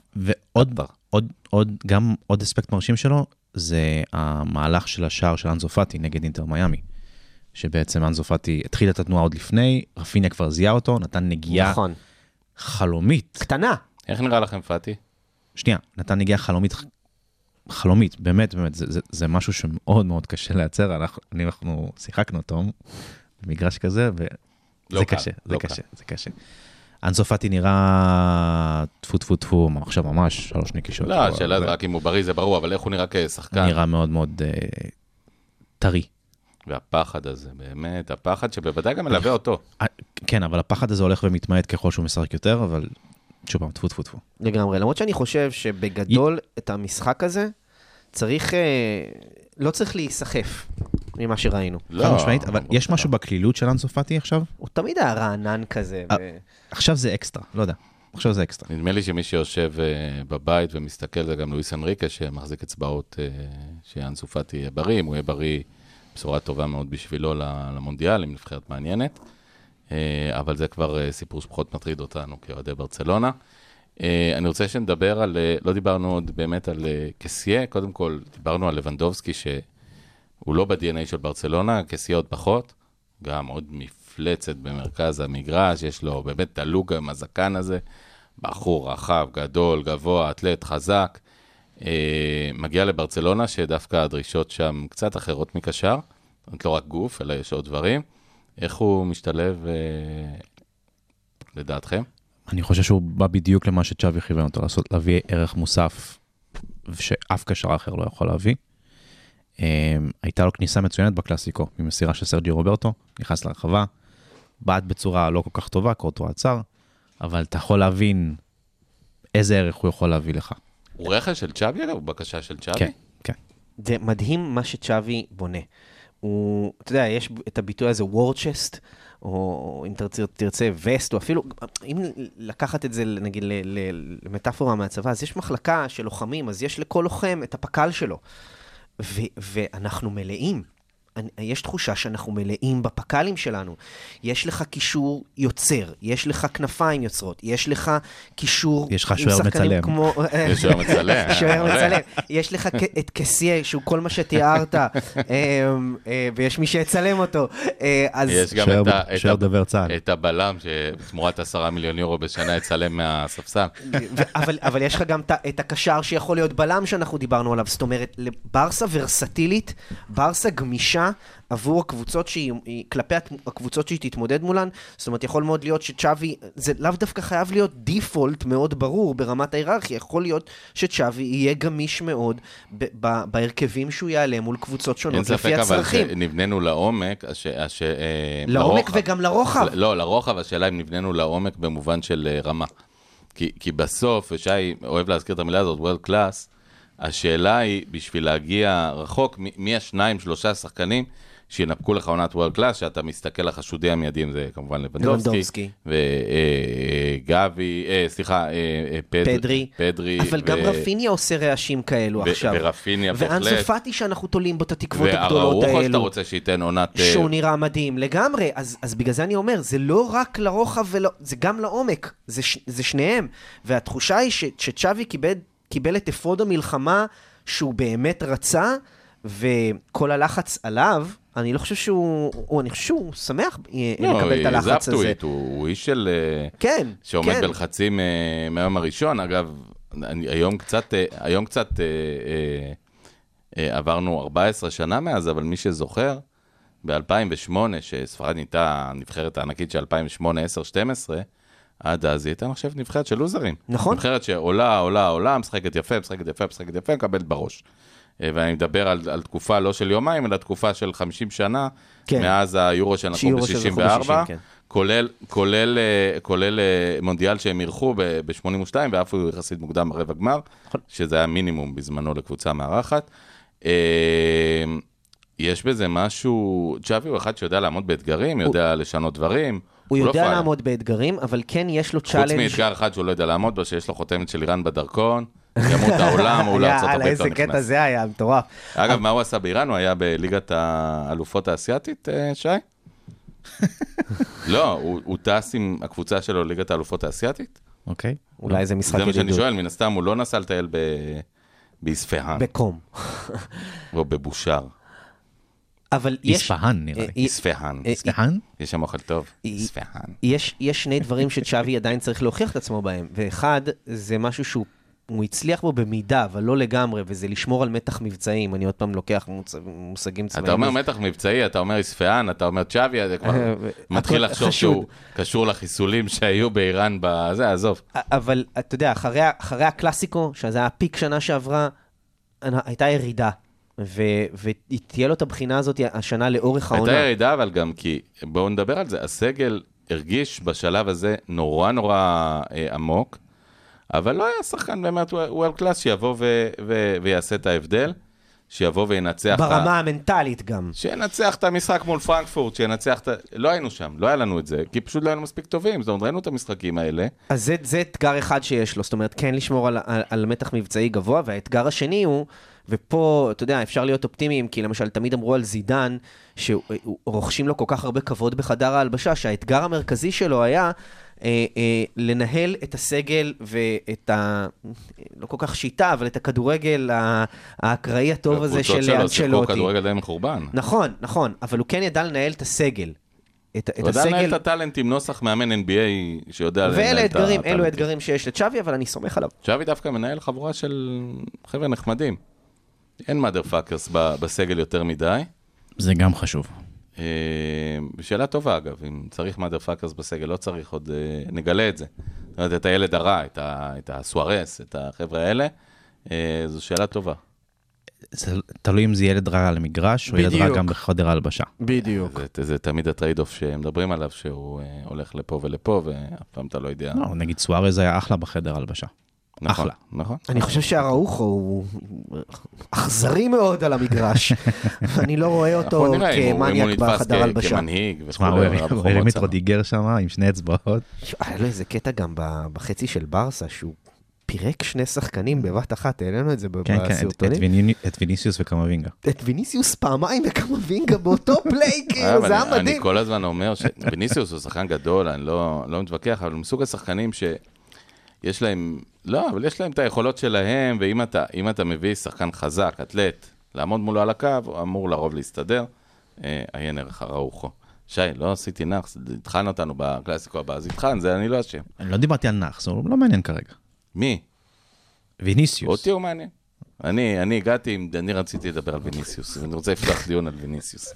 גם עוד אספקט מרשים שלו, זה המהלך של השער של אנזו פאטי נגד אינטר מיאמי. שבעצם אנזו פאטי התחיל את התנועה עוד לפני, רפיניה כבר זיהה אותו, נתן נגיעה נכון. חלומית. קטנה. איך נראה לכם פאטי? שנייה, נתן נגיעה חלומית, באמת, זה משהו שמאוד מאוד קשה לייצר, אנחנו שיחקנו אותו, במגרש כזה, וזה קשה, זה קשה. אנזו פאטי נראה טפו, עכשיו ממש 3 נקישות. לא, השאלה זה רק אם הוא בריא, זה ברור, אבל איך הוא נראה כשחקן? נראה מאוד מאוד טרי. והפחד הזה, באמת, הפחד שבוודאי גם מלווה אותו. כן, אבל הפחד הזה הולך ומתמעט ככל שהוא משחק יותר, אבל שוב פעם, טפו. לגמרי, למרות שאני חושב שבגדול את המשחק הזה לא צריך להיסחף ממה שראינו. חד משמעית, אבל יש משהו בכלילות של אנזו פאטי עכשיו? הוא תמיד היה רענן כזה. עכשיו זה אקסטרה, לא יודע. עכשיו זה אקסטרה. נדמה לי שמי שיושב בבית ומסתכל זה גם לואיס אנריקה, שמחזיק אצבעות שאנסו פאטי יהיה בריא, אם הוא יהיה בריא, בשורה טובה מאוד בשבילו למונדיאל, עם נבחרת מעניינת, אבל זה כבר סיפור שפחות מטריד אותנו כאוהדי ברצלונה. אני רוצה שנדבר על, לא דיברנו עוד באמת על קסיה, קודם כל דיברנו על לבנדובסקי, שהוא לא ב-DNA של ברצלונה, קסיה עוד פחות, גם עוד מפלצת במרכז המגרש, יש לו באמת תלוג עם הזקן הזה, בחור רחב, גדול, גבוה, אתלט, חזק, מגיע לברצלונה, שדווקא הדרישות שם קצת אחרות מקשר, לא רק גוף, אלא יש עוד דברים. איך הוא משתלב לדעתכם? אני חושב שהוא בא בדיוק למה שצ'אבי כיוון אותו, להביא ערך מוסף שאף קשר אחר לא יכול להביא. הייתה לו כניסה מצוינת בקלאסיקו, ממסירה של סרג'יו רוברטו, נכנס לרחבה, בעט בצורה לא כל כך טובה, קורטו עצר, אבל אתה יכול להבין איזה ערך הוא יכול להביא לך. הוא רכש של צ'אבי, אגב? הוא בקשה של צ'אבי? כן, כן. זה מדהים מה שצ'אבי בונה. הוא, אתה יודע, יש את הביטוי הזה, וורצ'סט, או אם תרצה וסט, או אפילו, אם לקחת את זה, נגיד, למטאפורה מהצבא, אז יש מחלקה של לוחמים, אז יש לכל לוחם את הפקל שלו. ואנחנו מלאים. יש תחושה שאנחנו מלאים בפקלים שלנו. יש לך קישור יוצר, יש לך כנפיים יוצרות, יש לך קישור... יש לך שוער מצלם. יש שוער מצלם. שוער מצלם. יש לך את קסיה, שהוא כל מה שתיארת, ויש מי שיצלם אותו. יש גם את הבלם, שתמורת 10 מיליון יורו בשנה יצלם מהספסל. אבל יש לך גם את הקשר שיכול להיות בלם שאנחנו דיברנו עליו. זאת אומרת, ברסה ורסטילית, ברסה גמישה, עבור הקבוצות כלפי הקבוצות שהיא תתמודד מולן, זאת אומרת, יכול מאוד להיות שצ'אבי, זה לאו דווקא חייב להיות דיפולט מאוד ברור ברמת ההיררכיה, יכול להיות שצ'אבי יהיה גמיש מאוד בהרכבים שהוא יעלה מול קבוצות שונות לפי הצרכים. אין ספק, אבל נבננו לעומק, לעומק וגם לרוחב. לא, לרוחב, השאלה אם נבננו לעומק במובן של רמה. כי בסוף, ושי אוהב להזכיר את המילה הזאת, World Class, השאלה היא, בשביל להגיע רחוק, מי השניים, 3 שחקנים שינפקו לך עונת וורלד קלאס, שאתה מסתכל לחשודי המיידים, זה כמובן לבנדובסקי, וגבי, פדרי. אבל גם רפיניה עושה רעשים כאלו עכשיו. ורפיניה בהחלט. ואנזו פאטי שאנחנו תולים בו את התקוות הגדולות האלו. והרוחו שאתה רוצה שייתן עונת... שהוא נראה מדהים לגמרי. אז בגלל זה אני אומר, זה לא רק לרוחב, זה גם לעומק. זה שניהם. והתחושה היא שצ'אבי קיבל את אפוד המלחמה שהוא באמת רצה, וכל הלחץ עליו, אני לא חושב שהוא, אני חושב שהוא שמח לקבל את הלחץ הזה. הוא איש של... כן. שעומד בלחצים מהיום הראשון. אגב, היום קצת עברנו 14 שנה מאז, אבל מי שזוכר, ב-2008, שספרד נהייתה נבחרת הענקית של 2008, 10, 12, עד אז היא הייתה נחשבת נבחרת של לוזרים. נכון. נבחרת שעולה, משחקת יפה, מקבלת בראש. ואני מדבר על תקופה לא של יומיים, אלא תקופה של 50 שנה, כן. מאז היורו שנתנו ב-64, כן. כולל מונדיאל שהם אירחו ב-82, ואף הוא יחסית מוקדם ברבע גמר, שזה היה מינימום בזמנו לקבוצה מארחת. יש בזה משהו, צ'אבי הוא אחד שיודע לעמוד באתגרים, יודע לשנות דברים, הוא יודע לעמוד באתגרים, אבל כן יש לו צ'אלנג'. חוץ מאתגר אחד שהוא לא יודע לעמוד בו, שיש לו חותמת של איראן בדרכון, ימות העולם, הוא לא ארצות הברית לא נכנס. איזה קטע זה היה, מטורף. אגב, מה הוא עשה באיראן? הוא היה בליגת האלופות האסייתית, שי? לא, הוא טס עם הקבוצה שלו ליגת האלופות האסייתית? אוקיי? אולי זה משחק זה מה שאני ידידות. שואל, מן הסתם הוא לא נסע לטייל באספהאן, בקום. או בבושר. אבל יש... איספהאן נראה לי. אספהאן. איספהאן? יש שם אוכל טוב. אספהאן. יש שני דברים שצ'אבי עדיין צריך להוכיח את עצמו בהם, ואחד, זה משהו שהוא הצליח בו במידה, אבל לא לגמרי, וזה לשמור על מתח מבצעים. אני עוד פעם לוקח מושגים צבאיים. אתה אומר מתח מבצעי, אתה אומר אספהאן, אתה אומר צ'אבי, אתה כבר מתחיל לחשוב שהוא קשור לחיסולים שהיו באיראן בזה, עזוב. אבל אתה יודע, אחרי הקלאסיקו, שזה היה הפיק שנה שעברה, הייתה ירידה. ותהיה לו את הבחינה הזאת השנה לאורך העונה. הייתה ירידה, אבל גם כי, בואו נדבר על זה, הסגל הרגיש בשלב הזה נורא נורא עמוק, אבל לא היה שחקן באמת וורלד קלאס שיבוא ויעשה את ההבדל, שיבוא וינצח ברמה המנטלית גם. שינצח את המשחק מול פרנקפורט, שינצח את... לא היינו שם, לא היה לנו את זה, כי פשוט לא היינו מספיק טובים, זאת אומרת, ראינו את המשחקים האלה. אז זה אתגר אחד שיש לו, זאת אומרת, כן לשמור על מתח מבצעי גבוה, והאתגר השני הוא, ופה, אתה יודע, אפשר להיות אופטימיים, כי למשל, תמיד אמרו על זידן, שרוכשים לו כל כך הרבה כבוד בחדר ההלבשה, שהאתגר המרכזי שלו היה לנהל את הסגל ואת לא כל כך שיטה, אבל את הכדורגל האקראי הטוב הזה של הקבוצות שלו אנצ'לוטי. שיחקו כדורגל די מחורבן. נכון, נכון, אבל הוא כן ידע לנהל את הסגל. הוא ידע לנהל את הטלנט עם נוסח מאמן NBA שיודע לנהל את הטלנט. ואלו אתגרים שיש לצ'אבי, אבל אני סומך עליו. צ'אבי דווקא מנהל חבורה של חבר'ה נחמדים. אין mother fuckers בסגל יותר מדי. זה גם חשוב. שאלה טובה אגב, אם צריך mother fuckers בסגל, לא צריך עוד, נגלה את זה. זאת אומרת, את הילד הרע, את הסוארס, את החבר'ה האלה, זו שאלה טובה. זה תלוי אם זה ילד רע על המגרש, או ילד רע גם בחדר ההלבשה. בדיוק. זה תמיד הטרייד אוף שמדברים עליו, שהוא הולך לפה ולפה, ואף פעם אתה לא יודע. לא, נגיד סוארז היה אחלה בחדר ההלבשה. נכון, אחלה. נכון. אני חושב שהראוכו הוא אכזרי מאוד על המגרש, ואני לא רואה אותו כמניאק בחדר הלבשה. כמנהיג תשמע, הוא הרים את רודיגר שם עם שני אצבעות. היה לו איזה קטע גם בחצי של ברסה, שהוא פירק שני שחקנים בבת אחת, העלינו את זה בסרטונים. את ויניסיוס וקמבינגה. את ויניסיוס פעמיים וקמבינגה באותו פליי, כאילו, זה היה מדהים. אני כל הזמן אומר שוויניסיוס הוא שחקן גדול, אני לא מתווכח, אבל מסוג השחקנים שיש להם, לא, אבל יש להם את היכולות שלהם, ואם אתה מביא שחקן חזק, אתלט, לעמוד מולו על הקו, הוא אמור לרוב להסתדר, עיין ערך הראוכו. שי, לא עשיתי נחס, התחלנו אותנו בקלאסיקו הבא, אז התחלנו, זה אני לא אשם. אני לא דיברתי על נחס, הוא לא מעניין כרגע. מי? ויניסיוס. אותי הוא מעניין. אני הגעתי, אני רציתי לדבר על ויניסיוס, אני רוצה לפתוח דיון על ויניסיוס.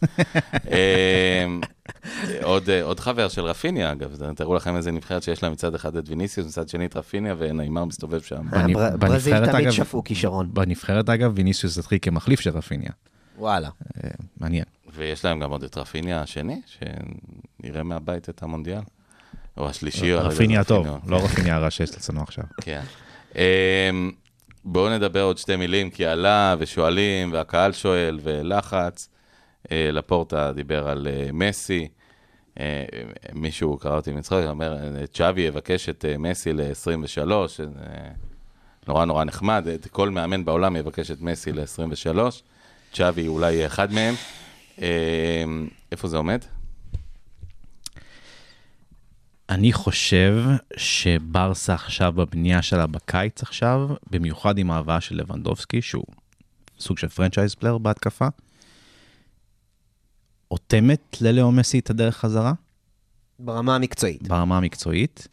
עוד חבר של רפיניה, אגב, תראו לכם איזה נבחרת שיש לה מצד אחד את ויניסיוס, מצד שני את רפיניה, ונאמר מסתובב שם. ברזיל תמיד שפעו כישרון. בנבחרת, אגב, ויניסיוס התחיל כמחליף של רפיניה. וואלה. מעניין. ויש להם גם עוד את רפיניה השני, שנראה מהבית את המונדיאל. או השלישי. רפיניה טוב, לא רפיניה הרע שיש לצנו עכשיו. כן. בואו נדבר עוד שתי מילים, כי עלה ושואלים, והקהל שואל, ולחץ. לפורטה דיבר על מסי. מישהו קרא אותי מצחוק, אומר, צ'אבי יבקש את מסי ל-23, נורא נורא נחמד, כל מאמן בעולם יבקש את מסי ל-23, צ'אבי אולי יהיה אחד מהם. איפה זה עומד? אני חושב שברסה עכשיו בבנייה שלה בקיץ עכשיו, במיוחד עם ההבאה של לבנדובסקי, שהוא סוג של פרנצ'ייז פלייר בהתקפה, אוטמת ללאו מסי את הדרך חזרה. ברמה המקצועית. ברמה המקצועית.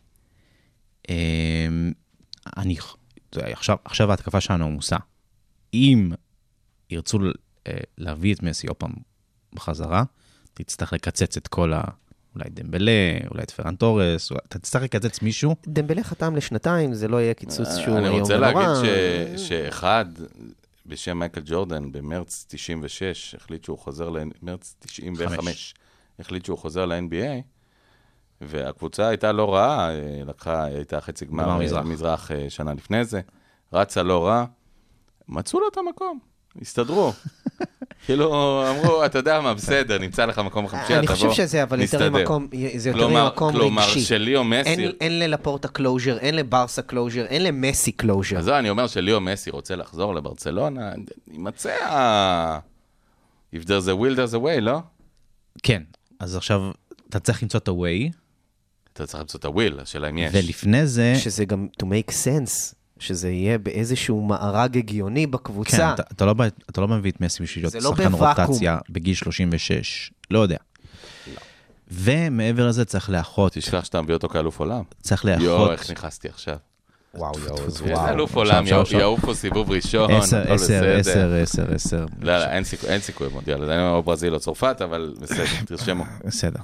עכשיו ההתקפה שלנו עמוסה. אם ירצו להביא את מסי עוד פעם בחזרה, תצטרך לקצץ את כל אולי דמבלה, אולי את פרן טורס, אתה תצטרך לקצץ מישהו. דמבלה חתם לשנתיים, זה לא יהיה קיצוץ שהוא היום אני רוצה ונורא. להגיד שאחד, בשם מייקל ג'ורדן, במרץ 96, החליט שהוא חוזר למרץ 95, החליט שהוא חוזר ל-NBA, והקבוצה הייתה לא רעה, הייתה חצי גמר מזרח שנה לפני זה, רצה לא רע, מצאו לו את המקום, הסתדרו. כאילו, אמרו, אתה יודע מה, בסדר, נמצא לך מקום חמישי, אני חושב שזה, אבל יותר ממקום רגשי. כלומר, שלי או מסי... אין ללפורטה קלוז'ר, אין לברסה קלוז'ר, אין למסי קלוז'ר. אז אני אומר שלי או מסי רוצה לחזור לברצלונה, יימצא if there's a will, there's a way, לא? כן, אז עכשיו אתה צריך למצוא את ה-way, אתה צריך למצוא את הוויל, השאלה אם יש. ולפני זה, שזה גם to make sense, שזה יהיה באיזשהו מארג הגיוני כן, בקבוצה. אתה לא מביא את מסי בשביל להיות זה לא שחקן בוואקום. רוטציה בגיל 36, לא יודע. ומעבר לזה צריך לאחות, תשכח שאתה מביא אותו כאלוף עולם. צריך יואו, לאחות, איך נכנסתי עכשיו. וואו, אלוף עולם, יעוף פה סיבוב ראשון, הכל בסדר. 10. לא, אין סיכוי מונדיאל, עדיין או ברזיל או צרפת, אבל בסדר, תרשמו. בסדר.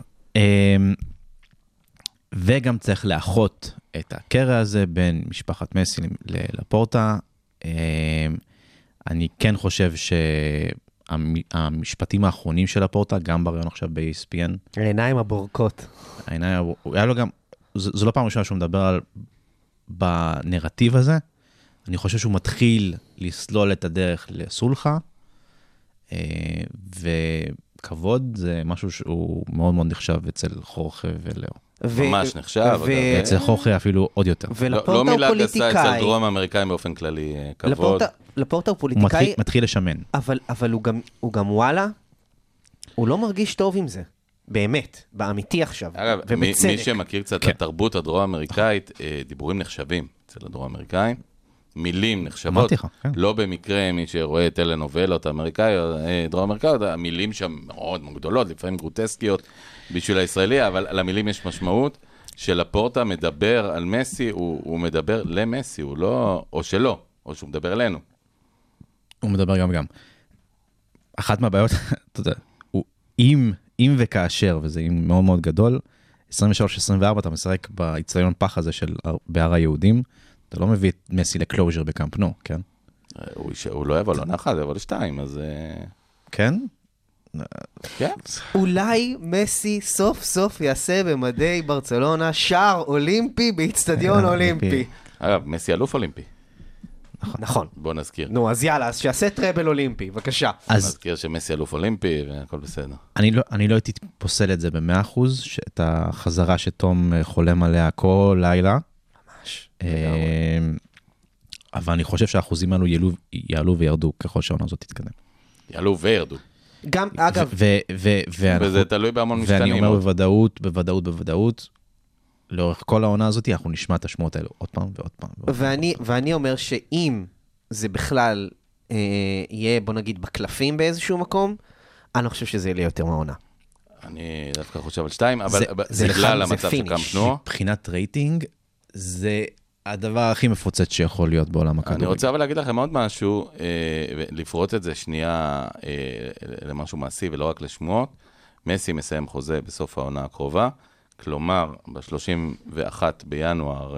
וגם צריך לאחות את הקרע הזה בין משפחת מסי לפורטה. אני כן חושב שהמשפטים האחרונים של הפורטה, גם בריאיון עכשיו ב-ESPN, העיניים הבורקות. היה לו גם, זו לא פעם ראשונה שהוא מדבר על בנרטיב הזה, אני חושב שהוא מתחיל לסלול את הדרך לסולחה, וכבוד זה משהו שהוא מאוד מאוד נחשב אצל חורכה ולאו. ממש נחשב. אצל חורכה אפילו עוד יותר. ולפורטה לא הוא מילה גסה פוליטיקאי. אצל דרום אמריקאים באופן כללי, כבוד. לפורטה הוא הוא פוליטיקאי, מתחיל לשמן. אבל הוא גם וואלה, הוא לא מרגיש טוב עם זה. באמת, באמיתי עכשיו. אגב, ובצדק. מי שמכיר קצת את התרבות הדרום-אמריקאית, דיבורים נחשבים אצל הדרום-אמריקאים, מילים נחשבות. אמרתי לך, כן. לא במקרה, מי שרואה טלנובלות דרום-אמריקאיות, המילים שם מאוד גדולות, לפעמים גרוטסקיות בשביל הישראלי, אבל למילים יש משמעות. שלפורטה מדבר על מסי, הוא מדבר למסי, הוא לא, או שלא, או שהוא מדבר אלינו. הוא מדבר גם. אחת מהבעיות, אתה יודע, אם וכאשר, וזה אם מאוד מאוד גדול, 23-24 אתה משחק באצטדיון פח הזה של בהר היהודים, אתה לא מביא את מסי לקלוז'ר בקאמפ נו, כן? הוא לא יבוא, לא נחת, יבוא לשתיים, אז... כן? כן. אולי מסי סוף סוף יעשה במדי ברצלונה שער אולימפי באצטדיון אולימפי. אגב, מסי אלוף אולימפי. נכון. בוא נזכיר. נו, אז יאללה, אז שיעשה טראבל אולימפי, בבקשה. נזכיר שמסי אלוף אולימפי והכל בסדר. אני לא הייתי פוסל את זה ב100%, את החזרה שתום חולם עליה כל לילה. ממש. אבל אני חושב שהאחוזים האלו יעלו וירדו ככל שהעונה הזאת תתקדם. יעלו וירדו. גם, אגב, וזה תלוי בהמון משתנים. ואני אומר בוודאות, לאורך כל העונה הזאת, אנחנו נשמע את השמועות האלו עוד פעם ועוד פעם. ואני אומר שאם זה בכלל יהיה, בוא נגיד, בקלפים באיזשהו מקום, אני לא חושב שזה יהיה יותר מהעונה. אני דווקא חושב על 2, אבל זה בגלל זה המצב פיניש. שקאמפ נו. מבחינת רייטינג, זה הדבר הכי מפוצץ שיכול להיות בעולם הכדורגל. אני רוצה אבל להגיד לכם עוד משהו, לפרוט את זה שנייה למשהו מעשי ולא רק לשמועות. מסי מסיים חוזה בסוף העונה הקרובה, כלומר, ב-31 בינואר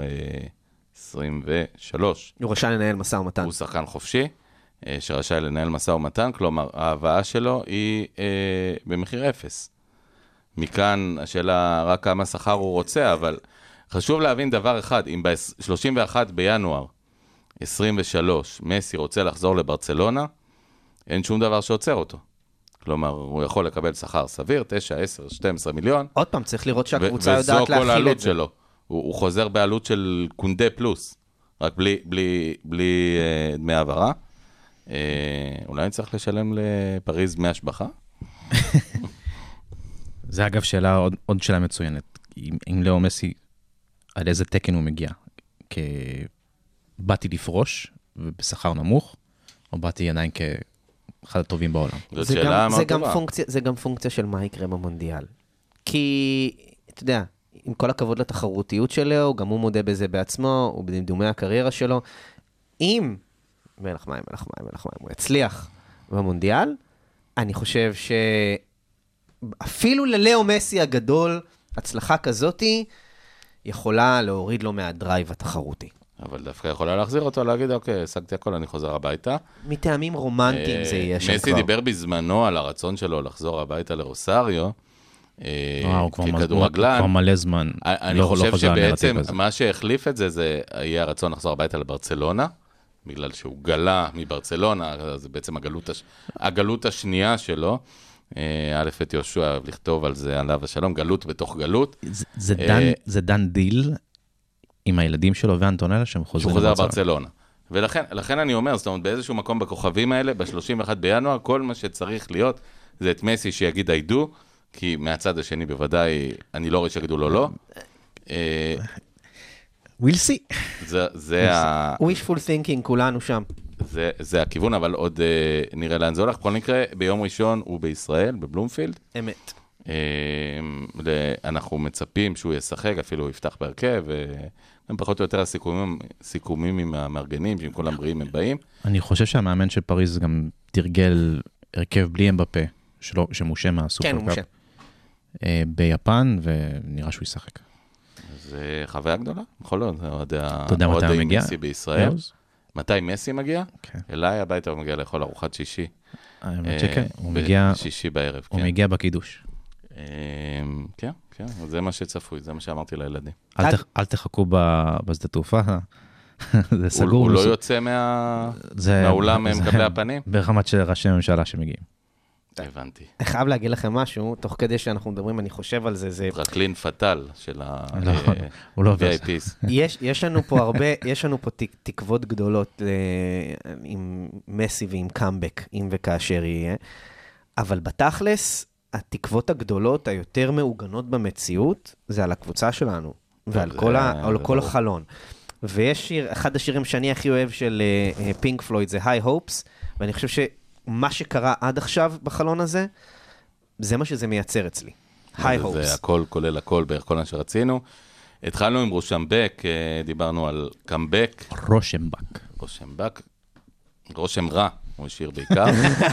23. הוא רשאי לנהל משא ומתן. הוא שחקן חופשי, שרשאי לנהל משא ומתן, כלומר, ההבאה שלו היא במחיר 0. מכאן השאלה רק כמה שכר הוא רוצה, אבל חשוב להבין דבר אחד, אם ב-31 בינואר 23 מסי רוצה לחזור לברצלונה, אין שום דבר שעוצר אותו. כלומר, הוא יכול לקבל שכר סביר, 9, 10, 12 מיליון. עוד פעם, צריך לראות שהקבוצה יודעת וזו כל להכיל העלות את זה. שלו. הוא חוזר בעלות של קונדה פלוס, רק בלי דמי העברה. אולי אני צריך לשלם לפריז דמי השבחה? זה אגב שאלה, עוד שאלה מצוינת. אם לאו מסי, על איזה תקן הוא מגיע? באתי לפרוש ובשכר נמוך, או באתי עדיין כאחד הטובים בעולם? זאת שאלה מאוד טובה. זה גם פונקציה של מה יקרה במונדיאל. כי, אתה יודע, עם כל הכבוד לתחרותיות שלו, גם הוא מודה בזה בעצמו, הוא בדמדומי הקריירה שלו. אם, מלך מים, הוא יצליח במונדיאל, אני חושב שאפילו ללאו מסי הגדול, הצלחה כזאתי, יכולה להוריד לו מהדרייב התחרותי. אבל דווקא יכולה להחזיר אותו, להגיד, אוקיי, השגתי הכל, אני חוזר הביתה. מטעמים רומנטיים זה יהיה שם כבר. מסי דיבר בזמנו על הרצון שלו לחזור הביתה לרוסריו, הוא ככדורגלן. כבר מלא זמן. אני חושב שבעצם מה שהחליף את זה, זה יהיה הרצון לחזור הביתה לברצלונה, בגלל שהוא גלה מברצלונה, זה בעצם הגלות השנייה שלו. א' את יהושע אוהב לכתוב על זה, עליו השלום, גלות בתוך גלות. זה דן דיל עם הילדים שלו ואנטונלה שהם חוזרים לברצלונה. ולכן אני אומר, זאת אומרת, באיזשהו מקום בכוכבים האלה, ב-31 בינואר, כל מה שצריך להיות, זה את מסי שיגיד הידו, כי מהצד השני בוודאי, אני לא רואה שיגידו לו לא. we'll see. זה wishful thinking, כולנו שם. זה הכיוון, אבל עוד נראה לאן זה הולך. בכל מקרה, ביום ראשון הוא בישראל, בבלומפילד. אמת. אנחנו מצפים שהוא ישחק, אפילו הוא יפתח בהרכב, והם פחות או יותר הסיכומים עם המארגנים, שעם כל הבריאים הם באים. אני חושב שהמאמן של פריז גם תרגל הרכב בלי אמבפה, שמושה מהסופר כן, הוא מושה. ביפן, ונראה שהוא ישחק. זה חוויה גדולה, יכול להיות, אתה יודע מתי הוא מגיע? מסי בישראל. מתי מסי מגיע? כן. אליי הביתה הוא מגיע לאכול ארוחת שישי. האמת שכן, הוא מגיע... בשישי בערב, הוא כן. מגיע בקידוש. כן, כן, זה מה שצפוי, זה מה שאמרתי לילדים. אל תחכו בשדה תעופה, זה סגור. הוא לא יוצא מהאולם מקבלי הפנים? ברמת של ראשי ממשלה שמגיעים. הבנתי. אני חייב להגיד לכם משהו, תוך כדי שאנחנו מדברים, אני חושב על זה, זה... טרקלין פטל של הוא לא עובר. ה-VIPs. יש לנו פה הרבה, יש לנו פה תקוות גדולות עם מסי ועם קאמבק, אם וכאשר יהיה, אבל בתכלס, התקוות הגדולות היותר מעוגנות במציאות, זה על הקבוצה שלנו, ועל כל החלון. ויש שיר, אחד השירים שאני הכי אוהב של פינק פלויד, זה High Hopes, ואני חושב שמה שקרה עד עכשיו בחלון הזה, זה מה שזה מייצר אצלי. High Hopes. זה הכל כולל הכל בערך כל מה שרצינו. התחלנו עם רושמבק, דיברנו על קאמבק. רושמבק. רושם רע, הוא השאיר בעיקר.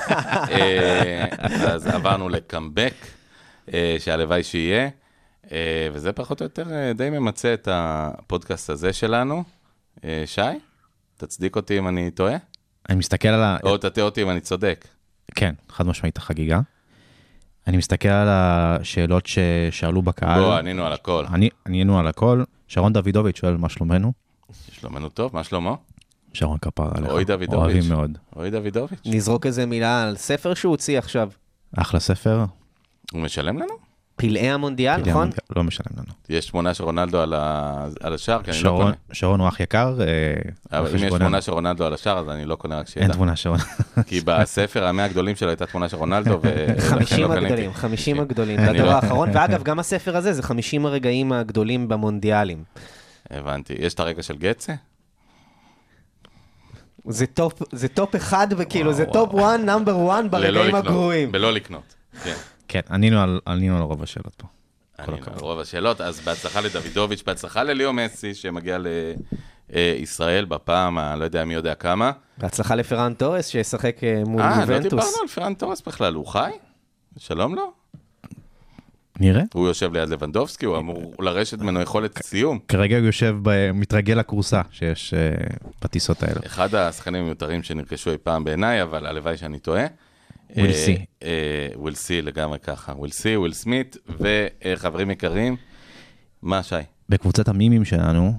אז עברנו לקאמבק, שהלוואי שיהיה. וזה פחות או יותר די ממצא את הפודקאסט הזה שלנו. שי, תצדיק אותי אם אני טועה? אני מסתכל על או תטעה אותי אם אני צודק. כן, חד משמעית החגיגה. אני מסתכל על השאלות ששאלו בקהל. בוא, ענינו על הכל. ענינו על הכל. שרון דוידוביץ' שואל מה שלומנו. שלומנו טוב, מה שלמה? שרון כפר עליך. אוי דוידוביץ'. אוהבים מאוד. אוי דוידוביץ'. נזרוק איזה מילה על ספר שהוא הוציא עכשיו. אחלה ספר. הוא משלם לנו? פלאי המונדיאל, נכון? לא משלם לנו. יש תמונה של רונלדו על השער, כי אני לא קונה. שרון הוא אח יקר. אבל אם יש תמונה של רונלדו על השער, אז אני לא קונה רק שידע. אין תמונה שרון. כי בספר 100 הגדולים שלו הייתה תמונה של רונלדו, 50 הגדולים, 50 הגדולים. זה הדבר האחרון, ואגב, גם הספר הזה, זה 50 הרגעים הגדולים במונדיאלים. הבנתי. יש את הרגע של גצה? זה טופ אחד, וכאילו, זה טופ 1, נאמבר 1 ברגעים הגרועים. בלא לקנות, כן. כן, ענינו על רוב השאלות פה. ענינו על רוב השאלות, אז בהצלחה לדוידוביץ', בהצלחה לליאו מסי, שמגיע לישראל בפעם, לא יודע מי יודע כמה. בהצלחה לפרן תורס, שישחק מול יובנטוס. לא דיברנו על פרן תורס בכלל, הוא חי? שלום לו? נראה. הוא יושב ליד לבנדובסקי, הוא אמור לרשת ממנו יכולת סיום. כרגע הוא יושב מתרגל לקורסה שיש בטיסות האלה. אחד השחקנים המיותרים שנרכשו אי פעם בעיניי, אבל הלוואי שאני טועה. וויל סי לגמרי ככה. וויל סמית, וחברים יקרים, מה שי? בקבוצת המימים שלנו,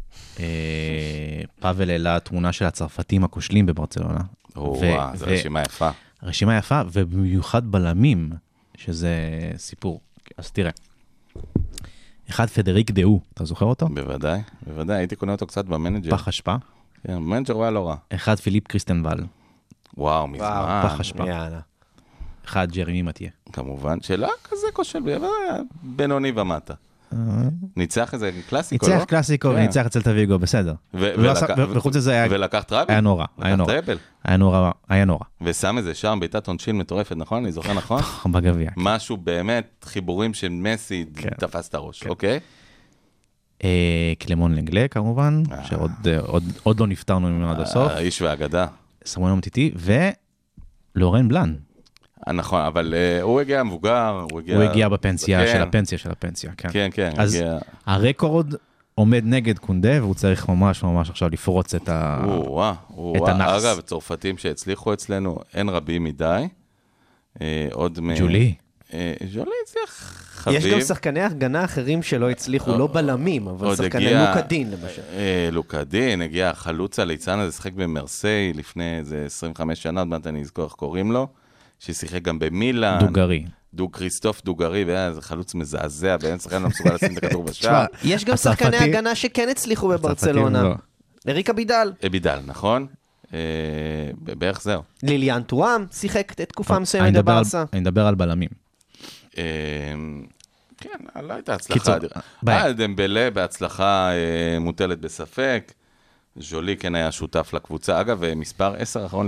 פאבל העלה תמונה של הצרפתים הכושלים בברצלונה. וואו, זו רשימה יפה. רשימה יפה, ובמיוחד בלמים, שזה סיפור. אז תראה. אחד פדריק דאו, אתה זוכר אותו? בוודאי, בוודאי, הייתי קונה אותו קצת במנג'ר. פח אשפה. כן, במנג'ר הוא היה לא רע. אחד פיליפ קריסטנבל. וואו, מזמן. פח אשפה. אחד ג'רמי מתיה. כמובן, שלא כזה כושל, בינוני ומטה. ניצח איזה קלאסיקו, לא? ניצח קלאסיקו וניצח אצל תוויגו, בסדר. וחוץ לזה היה... ולקח טראבל? היה נורא. היה נורא. ושם איזה שם בעיטת עונשין מטורפת, נכון? אני זוכר נכון? בגביע. משהו באמת, חיבורים של מסי תפס את הראש, אוקיי? קלמון לנגלה כמובן, שעוד לא נפטרנו ממנו עד הסוף. האיש והאגדה. סמואל אומטיטי, ולורן בלן. נכון, אבל הוא הגיע מבוגר, הוא הגיע בפנסיה של הפנסיה, כן. כן, כן. אז הרקורד עומד נגד קונדה, והוא צריך ממש ממש עכשיו לפרוץ את הנאחס. אגב, צרפתים שהצליחו אצלנו, אין רבים מדי. ג'ולי. ג'ולי זה חביב. יש גם שחקני הגנה אחרים שלא הצליחו, לא בלמים, אבל שחקני לוקדין למשל. לוקדין, הגיע החלוץ הליצן הזה, שחק במרסיי לפני איזה 25 שנה, עוד מעט אני אזכור איך קוראים לו. ששיחק גם במילאן. דוגרי. כריסטוף דוגרי, והיה איזה חלוץ מזעזע, ואין שחקן לא מסוגל לשים את הכדור בשער. יש גם שחקני הגנה שכן הצליחו בברצלונה. אריקה בידל. בידל, נכון? בערך זהו. ליליאן טואם שיחק תקופה מסוימת בברסה. אני מדבר על בלמים. כן, לא הייתה הצלחה קיצור, אדירה. דמבלה בהצלחה מוטלת בספק. ז'ולי כן היה שותף לקבוצה. אגב, מספר 10 האחרון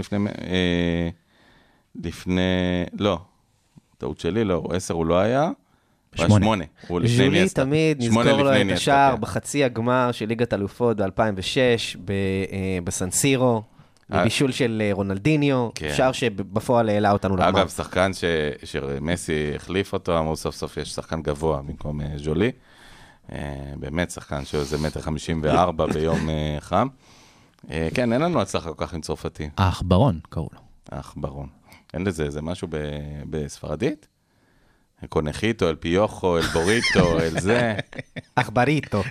לא, טעות שלי, לא, 10 הוא לא היה. 8. ז'ולי תמיד נזכור לו את השער בחצי הגמר של ליגת אלופות ב-2006, בסנסירו, בבישול של רונלדיניו, שער שבפועל העלה אותנו לגמר. אגב, שחקן שמסי החליף אותו, אמרו סוף סוף יש שחקן גבוה במקום ז'ולי. באמת שחקן שזה 1.54 ביום חם. כן, אין לנו הצלחה כל כך עם צרפתי. העכברון קראו לו. העכברון. אין לזה, זה משהו בספרדית? קונחיטו, אל פיוחו, אל בוריטו, אל זה. עכבריטו.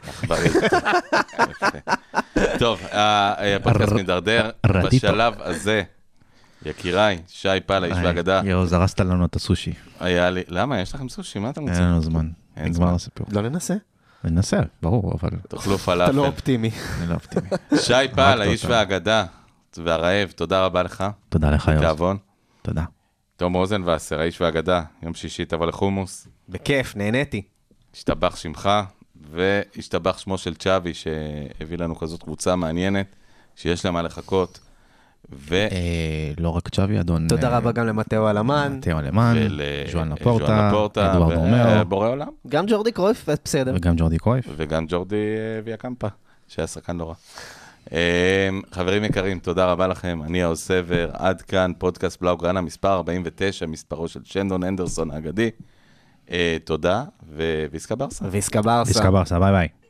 טוב, הפודקאסט מדרדר. בשלב הזה, יקיריי, שי פל, האיש והאגדה. יואו, זרסת לנו את הסושי. היה לי, למה? יש לכם סושי? מה אתם רוצים? אין לנו זמן. נגמר הסיפור. לא ננסה? ננסה, ברור, אבל... תאכלו פלאפל. אתה לא אופטימי. אני לא אופטימי. שי פל, האיש והאגדה והרעב, תודה רבה לך. תודה לך, יוז. תיאבון. תודה. תום רוזנבסר, האיש והאגדה, יום שישי תבוא לחומוס. בכיף, נהניתי. השתבח שמך, והשתבח שמו של צ'אבי, שהביא לנו כזאת קבוצה מעניינת, שיש לה מה לחכות. לא רק צ'אבי, אדון... תודה רבה גם למטאו אלמן. מטאו אלמן, ז'ואן לפורטה, אדוארד אורמרו. בורא עולם. גם ג'ורדי קרויף, בסדר. וגם ג'ורדי קרויף. וגם ג'ורדי ויאקמפה, שהיה שחקן לא רע. חברים יקרים, תודה רבה לכם. אני העוז סבר, עד כאן פודקאסט בלאוגרנה, מספר 49, מספרו של שנדון אנדרסון האגדי. תודה, וויסקה ברסה. ויסקה ברסה. ויסקה ברסה, ביי ביי.